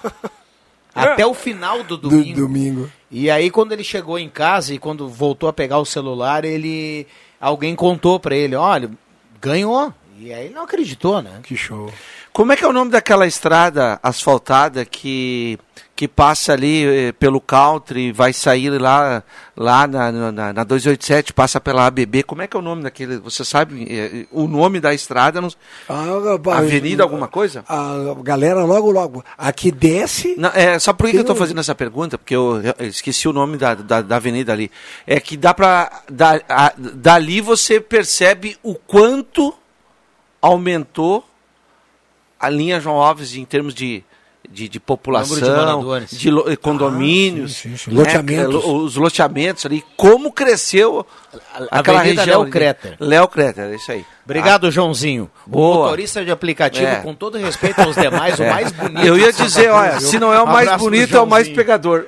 Até o final do Do domingo. domingo. E aí quando ele chegou em casa e quando voltou a pegar o celular, ele alguém contou pra ele, olha, ganhou. E aí ele não acreditou, né? Que show. Como é que é o nome daquela estrada asfaltada que, que passa ali eh, pelo country, vai sair lá, lá na, na, na duzentos e oitenta e sete, passa pela A B B? Como é que é o nome daquele? Você sabe eh, o nome da estrada? Não, Ah, a- Avenida alguma coisa? A galera logo, logo, aqui desce... Não, é, sabe por que, que eu estou Tem um- fazendo essa pergunta? Porque eu, eu esqueci o nome da, da, da avenida ali. É que dá pra. Da, a, dali você percebe o quanto aumentou a linha João Alves em termos de, de, de população, Número de moradores. de lo- condomínios, Ah, sim, sim, sim. né, Loteamentos. que- os loteamentos ali, como cresceu aquela Avenida região. Léo Kreter. Léo Kreter, é isso aí. Obrigado, Joãozinho. O Boa. motorista de aplicativo, É. com todo respeito aos demais, o mais bonito. Eu ia de Santa dizer, Cruz, olha, viu? se não é o Um mais abraço pro bonito, é o mais Joãozinho. pegador.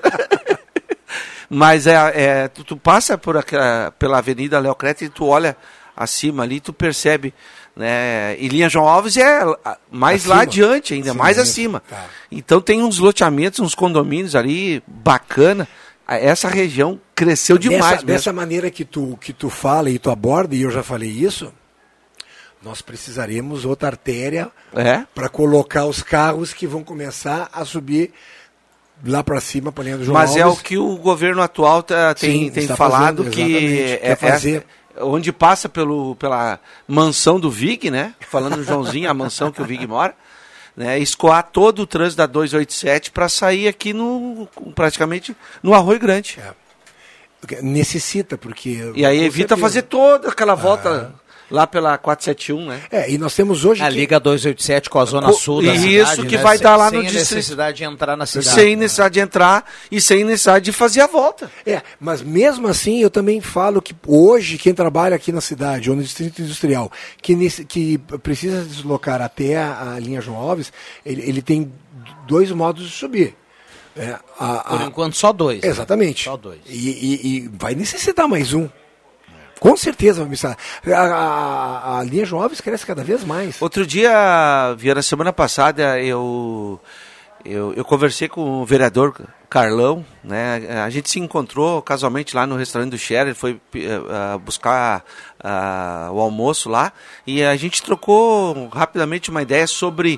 Mas é, é tu, tu passa por aquela, pela Avenida Léo Kreter e tu olha acima ali, tu percebe, né? E Linha João Alves é a- mais Acima. lá adiante ainda, Sim, mais é. acima. Tá. Então tem uns loteamentos, uns condomínios ali bacana. Essa região cresceu demais dessa, mesmo. dessa maneira que tu, que tu fala e tu aborda, e eu já falei isso, nós precisaremos outra artéria É? para colocar os carros que vão começar a subir lá para cima, para a linha do João Mas é o Alves. que o governo atual tá- tem, Sim, tem está falado fazendo, que exatamente. é, Quer fazer. é- onde passa pelo, pela mansão do Vig, né? Falando do Joãozinho, a mansão que o Vig mora, né? Escoar todo o trânsito da duzentos e oitenta e sete para sair aqui no praticamente no Arroio Grande. Necessita, porque... E aí com evita certeza. fazer toda aquela volta lá pela quatrocentos e setenta e um, né? É, e nós temos hoje... A que... Liga duzentos e oitenta e sete com a zona sul da Isso, cidade. Isso, que né? vai sem, dar lá sem no distrito. Sem necessidade de entrar na cidade. Sem necessidade de entrar e sem necessidade de fazer a volta. É, mas mesmo assim eu também falo que hoje quem trabalha aqui na cidade ou no distrito industrial, que, nesse, que precisa deslocar até a, a linha João Alves, ele, ele tem dois modos de subir. É, a, Por a... enquanto só dois. Exatamente. Né? Só dois. E, e, e vai necessitar mais um. Com certeza vai precisar. A, a, a linha João Alves cresce cada vez mais. Outro dia, Vieira, semana passada, eu, eu, eu conversei com o vereador Carlão, né? A gente se encontrou casualmente lá no restaurante do Scherer, ele foi uh, buscar uh, o almoço lá, e a gente trocou rapidamente uma ideia sobre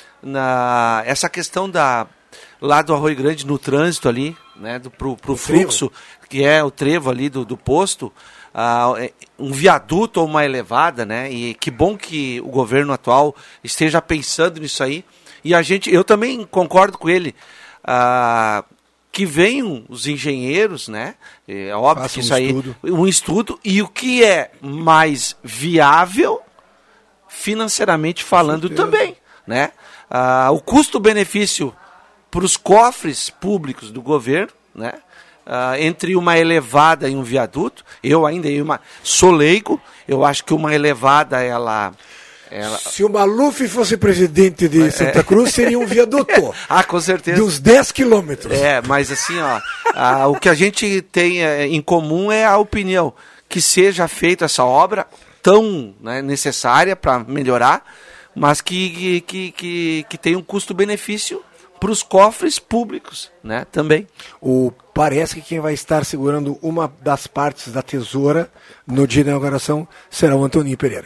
na, essa questão da, lá do Arroio Grande, no trânsito ali, né? Do, pro, pro fluxo, que é o trevo ali do, do posto. Uh, um viaduto ou uma elevada, né? E que bom que o governo atual esteja pensando nisso aí. E a gente, eu também concordo com ele, uh, que venham os engenheiros, né? É óbvio Faça que um isso aí, estudo. um estudo, e o que é mais viável financeiramente falando também, né? Uh, o custo-benefício para os cofres públicos do governo, né? Uh, entre uma elevada e um viaduto, eu ainda eu uma, sou leigo, eu acho que uma elevada, ela... ela... Se o Maluf fosse presidente de Santa Cruz, seria um viaduto. Ah, com certeza. De uns dez quilômetros. É, mas assim, ó, uh, o que a gente tem uh, em comum é a opinião que seja feita essa obra tão, né, necessária para melhorar, mas que, que, que, que tem um custo-benefício para os cofres públicos, né, também. O, parece que quem vai estar segurando uma das partes da tesoura no dia da inauguração será o Antoninho Pereira.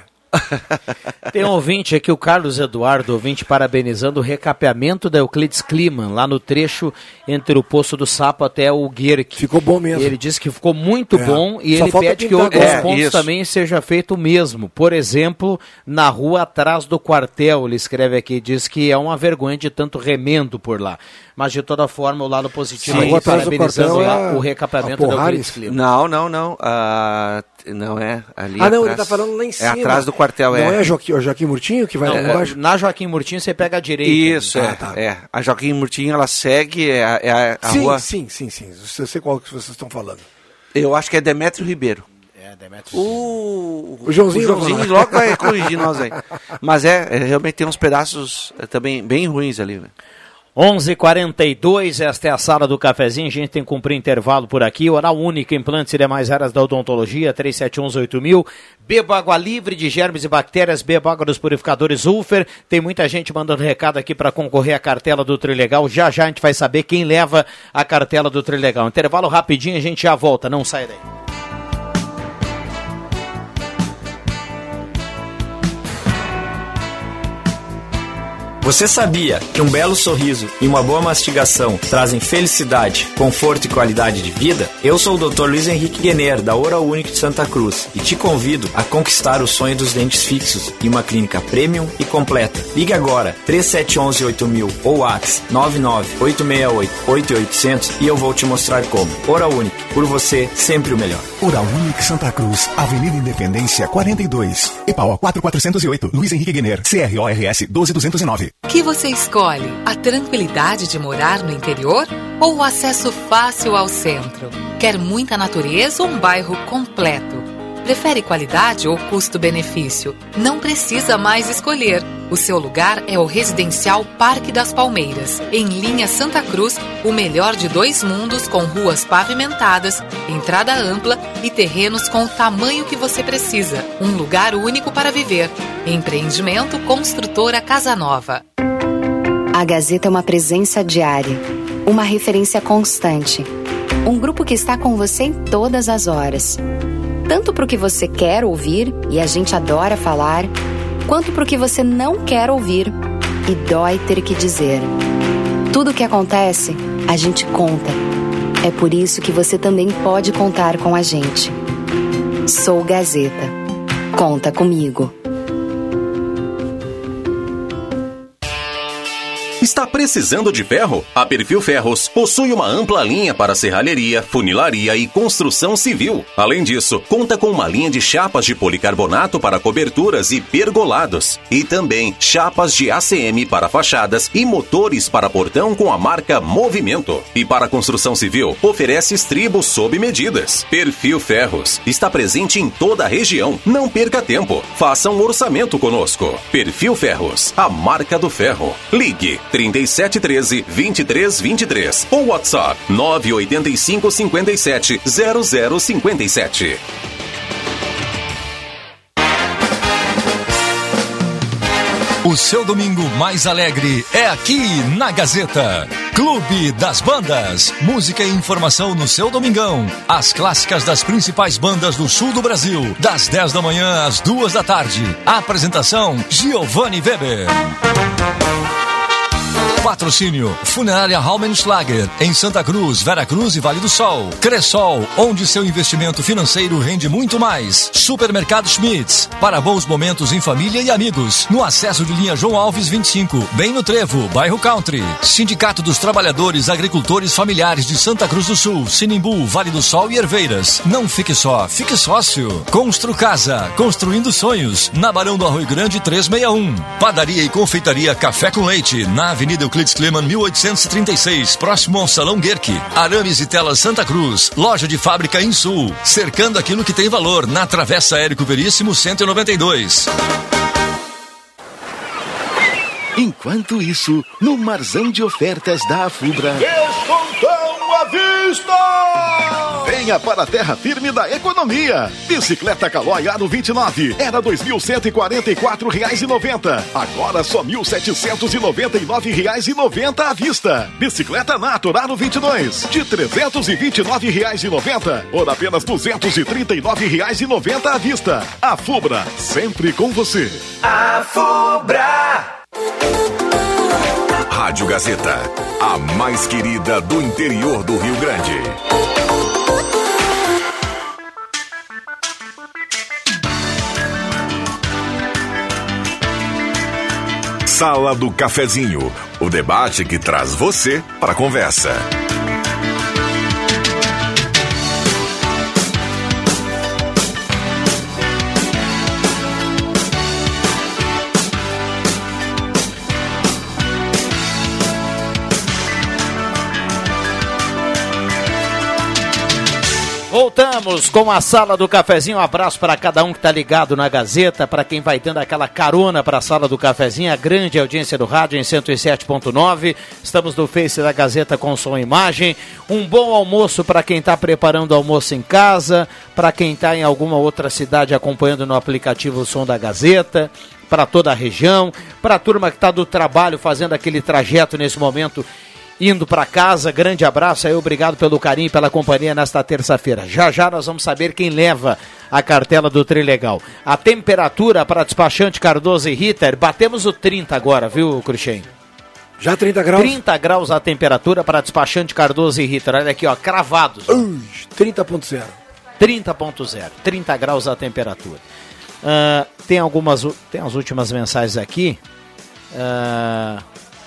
Tem um ouvinte aqui, o Carlos Eduardo, ouvinte parabenizando o recapeamento da Euclides Kliman, lá no trecho entre o Poço do Sapo até o Guerque. Ficou bom mesmo. E ele disse que ficou muito é. bom e Só ele pede que pintar outros agora. pontos É, também seja feito o mesmo. Por exemplo, na rua atrás do quartel, ele escreve aqui, diz que é uma vergonha de tanto remendo por lá. Mas de toda forma, o lado positivo Sim, é atrás do parabenizando quartel lá é o recapeamento a da Porrares. Euclides Kliman. Não, não, não. Uh, não é ali Ah, não, atrás. ele está falando lá em cima. É atrás do quartel, não é. Não é Joaquim, o Joaquim Murtinho que vai lá Não, embaixo? na Joaquim Murtinho você pega a direita. Isso, ali. é, Ah, tá. é. A Joaquim Murtinho, ela segue, é, a- é a, a Sim, rua... sim, sim, sim. Eu sei qual que vocês estão falando. Eu acho que é Demétrio Ribeiro. É, Demetrio. O, O Joãozinho o Joãozinho vai falar. logo vai corrigir nós aí. Mas é, é, realmente tem uns pedaços é, também bem ruins ali, né? onze e quarenta e dois, esta é a sala do cafezinho, a gente tem que cumprir intervalo por aqui, Oral Única, implantes e demais áreas da odontologia, três sete um, oito mil, beba água livre de germes e bactérias, beba água dos purificadores Ulfer, tem muita gente mandando recado aqui para concorrer à cartela do Trilegal, já já a gente vai saber quem leva a cartela do Trilegal. Intervalo rapidinho, a gente já volta, não sai daí. Você sabia que um belo sorriso e uma boa mastigação trazem felicidade, conforto e qualidade de vida? Eu sou o doutor Luiz Henrique Guener, da Oral Unique de Santa Cruz, e te convido a conquistar o sonho dos dentes fixos em uma clínica premium e completa. Ligue agora, três sete um um, oito mil ou WhatsApp nove nove oito seis oito, oito oito zero zero e eu vou te mostrar como. Oral Unique, por você, sempre o melhor. Oral Unique Santa Cruz, Avenida Independência quarenta e dois, E P A O quatro quatrocentos e oito, Luiz Henrique Guener, C R O R S doze duzentos e nove. Que você escolhe? A tranquilidade de morar no interior ou o acesso fácil ao centro? Quer muita natureza ou um bairro completo? Prefere qualidade ou custo-benefício? Não precisa mais escolher. O seu lugar é o Residencial Parque das Palmeiras, em linha Santa Cruz, o melhor de dois mundos, com ruas pavimentadas, entrada ampla e terrenos com o tamanho que você precisa. Um lugar único para viver. Empreendimento Construtora Casa Nova. A Gazeta é uma presença diária, uma referência constante. Um grupo que está com você em todas as horas. Tanto para o que você quer ouvir, e a gente adora falar, quanto para o que você não quer ouvir, e dói ter que dizer. Tudo o que acontece, a gente conta. É por isso que você também pode contar com a gente. Sou Gazeta. Conta comigo. Está precisando de ferro? A Perfil Ferros possui uma ampla linha para serralheria, funilaria e construção civil. Além disso, conta com uma linha de chapas de policarbonato para coberturas e pergolados. E também chapas de A C M para fachadas e motores para portão com a marca Movimento. E para construção civil, oferece estribos sob medidas. Perfil Ferros está presente em toda a região. Não perca tempo. Faça um orçamento conosco. Perfil Ferros, a marca do ferro. Ligue trinta e sete treze, vinte e três vinte e três ou WhatsApp nove oito cinco cinco sete zero zero cinco sete. O seu domingo mais alegre é aqui na Gazeta. Clube das Bandas. Música e informação no seu domingão. As clássicas das principais bandas do sul do Brasil. Das dez da manhã às duas da tarde. Apresentação Giovanni Weber. Patrocínio Funerária Raumenschlager, em Santa Cruz, Veracruz e Vale do Sol. Cressol, onde seu investimento financeiro rende muito mais. Supermercado Schmitz, para bons momentos em família e amigos. No acesso de linha João Alves vinte e cinco, bem no Trevo, bairro Country. Sindicato dos Trabalhadores Agricultores Familiares de Santa Cruz do Sul, Sinimbu, Vale do Sol e Herveiras. Não fique só, fique sócio. Constru Casa, construindo sonhos. Na Barão do Arroio Grande trezentos e sessenta e um. Padaria e confeitaria Café com Leite, na Avenida Euclides Kleman mil oitocentos e trinta e seis, próximo ao Salão Guerque. Arames e Telas Santa Cruz, loja de fábrica em Sul, cercando aquilo que tem valor, na Travessa Érico Veríssimo cento e noventa e dois. Enquanto isso, no Marzão de Ofertas da Afubra... Descontão à vista! Venha para a terra firme da economia. Bicicleta Caloi Aro vinte e nove era dois mil cento e quarenta e quatro reais e noventa. Agora só mil setecentos e noventa e nove reais e noventa à vista. Bicicleta Natur Aro vinte e dois de trezentos e vinte e nove reais e noventa por apenas duzentos e trinta e nove reais e noventa à vista. A Fubra, sempre com você. A Fubra. Rádio Gazeta, a mais querida do interior do Rio Grande. Sala do Cafezinho, o debate que traz você para a conversa. Voltamos com a Sala do Cafezinho. Um abraço para cada um que está ligado na Gazeta, para quem vai dando aquela carona para a Sala do Cafezinho, a grande audiência do rádio em cento e sete ponto nove. Estamos no Face da Gazeta com som e imagem. Um bom almoço para quem está preparando almoço em casa, para quem está em alguma outra cidade acompanhando no aplicativo o Som da Gazeta, para toda a região, para a turma que está do trabalho fazendo aquele trajeto nesse momento, indo para casa. Grande abraço aí, obrigado pelo carinho e pela companhia nesta terça-feira. Já já nós vamos saber quem leva a cartela do Trilegal. A temperatura para despachante Cardoso e Ritter, batemos o trinta agora, viu, Cruxem? Já trinta graus? trinta graus a temperatura para despachante Cardoso e Ritter. Olha aqui, ó, cravados. Uh, trinta ponto zero. trinta ponto zero. trinta graus a temperatura. Uh, tem algumas, tem as últimas mensagens aqui. Uh,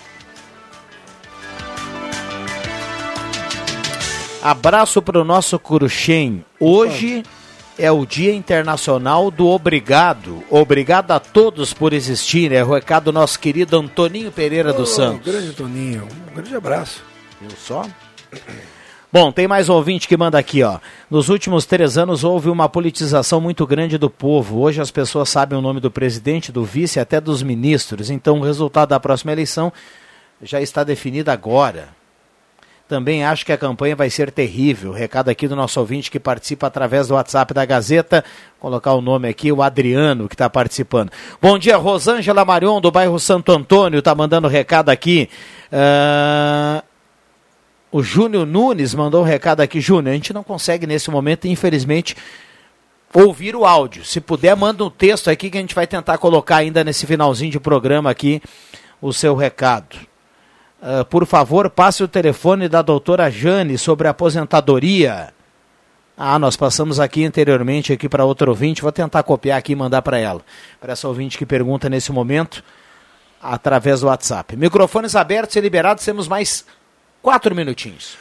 Abraço para o nosso Cruxem. Hoje é o Dia Internacional do Obrigado. Obrigado a todos por existir. É o recado do nosso querido Antoninho Pereira oh, dos Santos. Grande Antoninho, um grande abraço. Viu só? Bom, tem mais um ouvinte que manda aqui, ó. Nos últimos três anos houve uma politização muito grande do povo. Hoje as pessoas sabem o nome do presidente, do vice e até dos ministros. Então o resultado da próxima eleição já está definido agora. Também acho que a campanha vai ser terrível. Recado aqui do nosso ouvinte que participa através do WhatsApp da Gazeta. Vou colocar o nome aqui, o Adriano, que está participando. Bom dia, Rosângela Marion, do bairro Santo Antônio, está mandando recado aqui. Uh... O Júnior Nunes mandou um recado aqui. Júnior, a gente não consegue nesse momento, infelizmente, ouvir o áudio. Se puder, manda um texto aqui que a gente vai tentar colocar ainda nesse finalzinho de programa aqui o seu recado. Uh, por favor, passe o telefone da doutora Jane sobre a aposentadoria. Ah, nós passamos aqui anteriormente aqui para outro ouvinte. Vou tentar copiar aqui e mandar para ela. Para essa ouvinte que pergunta nesse momento. através do WhatsApp. Microfones abertos e liberados, temos mais quatro minutinhos.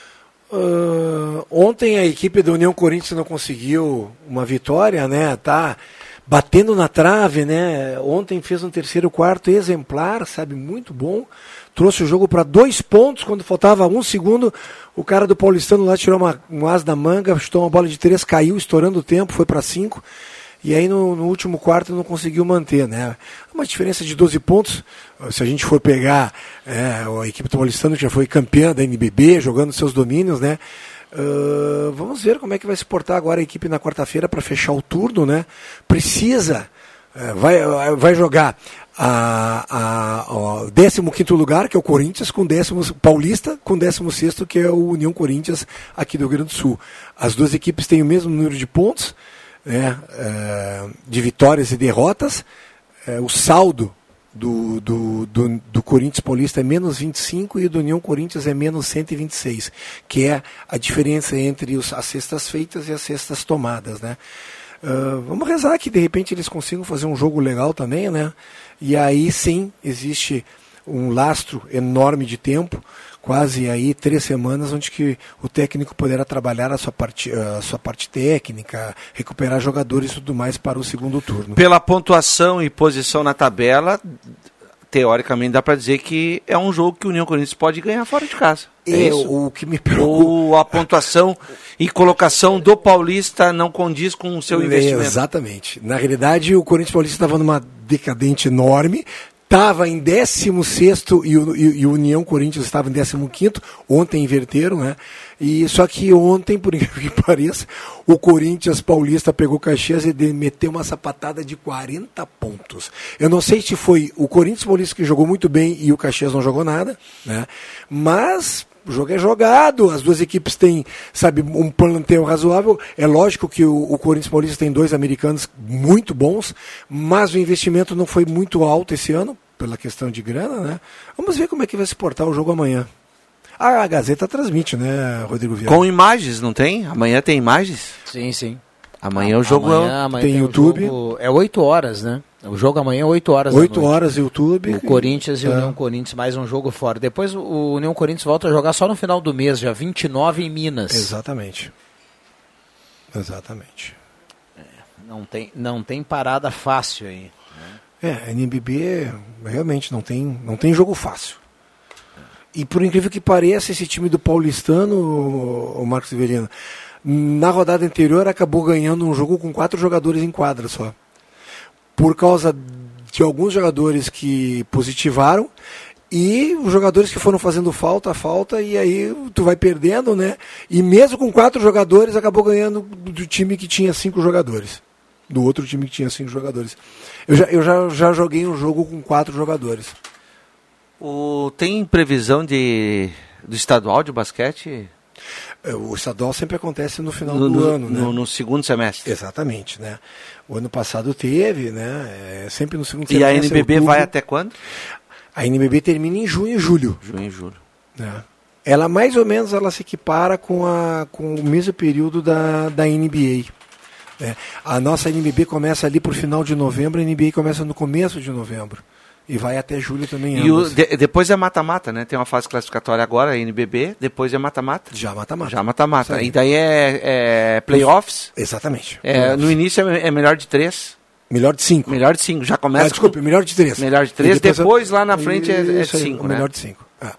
Uh, ontem a equipe da União Corinthians não conseguiu uma vitória, né? Tá batendo na trave, né? Ontem fez um terceiro quarto exemplar, sabe, muito bom. Trouxe o jogo para dois pontos quando faltava um segundo. O cara do Paulistano lá tirou uma, um as da manga, chutou uma bola de três, caiu, estourando o tempo, foi para cinco. E aí no, no último quarto não conseguiu manter, né? Uma diferença de doze pontos, se a gente for pegar é, a equipe do Paulistano, que já foi campeã da N B B, jogando seus domínios, né? Uh, vamos ver como é que vai se portar agora a equipe na quarta-feira para fechar o turno, né? Precisa, uh, vai, uh, vai jogar a, a, a décimo quinto lugar, que é o Corinthians, com décimo Paulista, com décimo sexto, que é o União Corinthians aqui do Rio Grande do Sul. As duas equipes têm o mesmo número de pontos, né, é, de vitórias e derrotas. É, o saldo do, do, do, do Corinthians Paulista é menos vinte e cinco e do União Corinthians é menos cento e vinte e seis, que é a diferença entre os, as cestas feitas e as cestas tomadas, né? Uh, vamos rezar que de repente eles consigam fazer um jogo legal também, né? E aí sim existe um lastro enorme de tempo, quase aí três semanas, onde que o técnico poderá trabalhar a sua parte, a sua parte técnica, recuperar jogadores e tudo mais para o segundo turno. Pela pontuação e posição na tabela, teoricamente dá para dizer que é um jogo que o União Corinthians pode ganhar fora de casa. É, é o que me preocupa. Ou a pontuação e colocação do Paulista não condiz com o seu investimento. É, exatamente. Na realidade, o Corinthians Paulista estava numa decadente enorme, estava em décimo sexto e o, e, e o União Corinthians estava em décimo quinto, ontem inverteram, né? E, só que ontem, por incrível que pareça, o Corinthians Paulista pegou Caxias e meteu uma sapatada de quarenta pontos. Eu não sei se foi o Corinthians Paulista que jogou muito bem e o Caxias não jogou nada, né? Mas o jogo é jogado, as duas equipes têm, sabe, um plantel razoável. É lógico que o, o Corinthians Paulista tem dois americanos muito bons, mas o investimento não foi muito alto esse ano, pela questão de grana, né? Vamos ver como é que vai se portar o jogo amanhã. Ah, a Gazeta transmite, né, Rodrigo Vieira? Com imagens, não tem? Amanhã tem imagens? Sim, sim. Amanhã ah, o jogo amanhã, é... amanhã tem, tem YouTube. Jogo, é oito horas, né? O jogo amanhã é oito horas oito horas YouTube. O Corinthians e o é. União Corinthians, mais um jogo fora. Depois o União Corinthians volta a jogar só no final do mês, já vinte e nove em Minas. Exatamente. Exatamente. É, não, tem, não tem parada fácil aí. Né? É, a N B B realmente não tem, não tem jogo fácil. E por incrível que pareça, esse time do Paulistano, o, o Marcos Severino, na rodada anterior acabou ganhando um jogo com quatro jogadores em quadra só. Por causa de alguns jogadores que positivaram e os jogadores que foram fazendo falta, falta, e aí tu vai perdendo, né? E mesmo com quatro jogadores, acabou ganhando do, do time que tinha cinco jogadores. Do outro time que tinha cinco jogadores. Eu já, eu já, já joguei um jogo com quatro jogadores. O, tem previsão de, do estadual de basquete? O estadual sempre acontece no final no, do no, ano, né? No, no segundo semestre. Exatamente, né? O ano passado teve, né? É sempre no segundo e semestre. E a N B B vai até quando? A N B B termina em junho e julho. Junho e julho. Né? Ela mais ou menos ela se equipara com, a, com o mesmo período da, da N B A. Né? A nossa N B B começa ali por final de novembro, a N B A começa no começo de novembro. E vai até julho também. E o, de, depois é mata-mata, né? Tem uma fase classificatória agora, a N B B, depois é mata-mata. Já mata-mata. Já mata-mata. E daí é, é playoffs. Exatamente. É, playoffs. No início é, é melhor de três. Melhor de cinco. Melhor de cinco. Já começa. Ah, desculpe, com... melhor de três. Melhor de três. Depois, depois lá na eu... frente é, é de cinco, né? Melhor de cinco. É.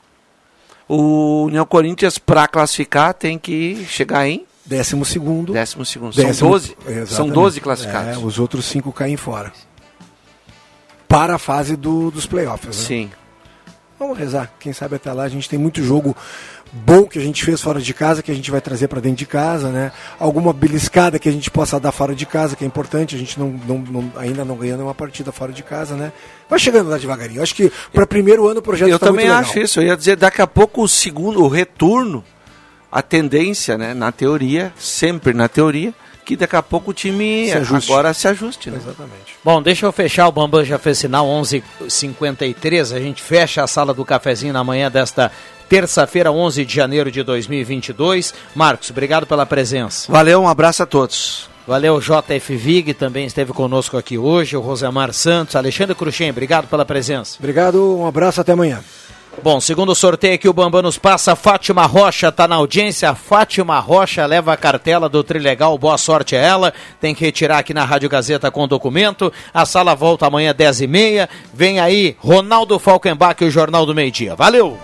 O União Corinthians, para classificar, tem que chegar em décimo segundo. Décimo segundo. Décimo... São doze. Exatamente. São doze classificados. É, os outros cinco caem fora. Para a fase do, dos playoffs. Né? Sim. Vamos rezar. Quem sabe até lá a gente tem muito jogo bom que a gente fez fora de casa, que a gente vai trazer para dentro de casa, né? Alguma beliscada que a gente possa dar fora de casa, que é importante. A gente não, não, não, ainda não ganhou nenhuma partida fora de casa, né? Vai chegando lá devagarinho. Acho que para primeiro ano o projeto está muito legal. Eu também acho isso. Eu ia dizer, daqui a pouco o segundo, o retorno, a tendência, né? Na teoria, sempre na teoria, que daqui a pouco o time se agora se ajuste. Né? Exatamente. Bom, deixa eu fechar, o Bambam já fez sinal, onze e cinquenta e três, a gente fecha a sala do cafezinho na manhã desta terça-feira, onze de janeiro de dois mil e vinte e dois. Marcos, obrigado pela presença. Valeu, um abraço a todos. Valeu, J F Vig, também esteve conosco aqui hoje, o Rosemar Santos, Alexandre Cruxem, obrigado pela presença. Obrigado, um abraço, até amanhã. Bom, segundo sorteio aqui, o Bambam nos passa, Fátima Rocha está na audiência, Fátima Rocha leva a cartela do Trilegal, boa sorte a ela, tem que retirar aqui na Rádio Gazeta com o documento, a sala volta amanhã dez e meia, vem aí Ronaldo Falkenbach e o Jornal do Meio Dia, valeu!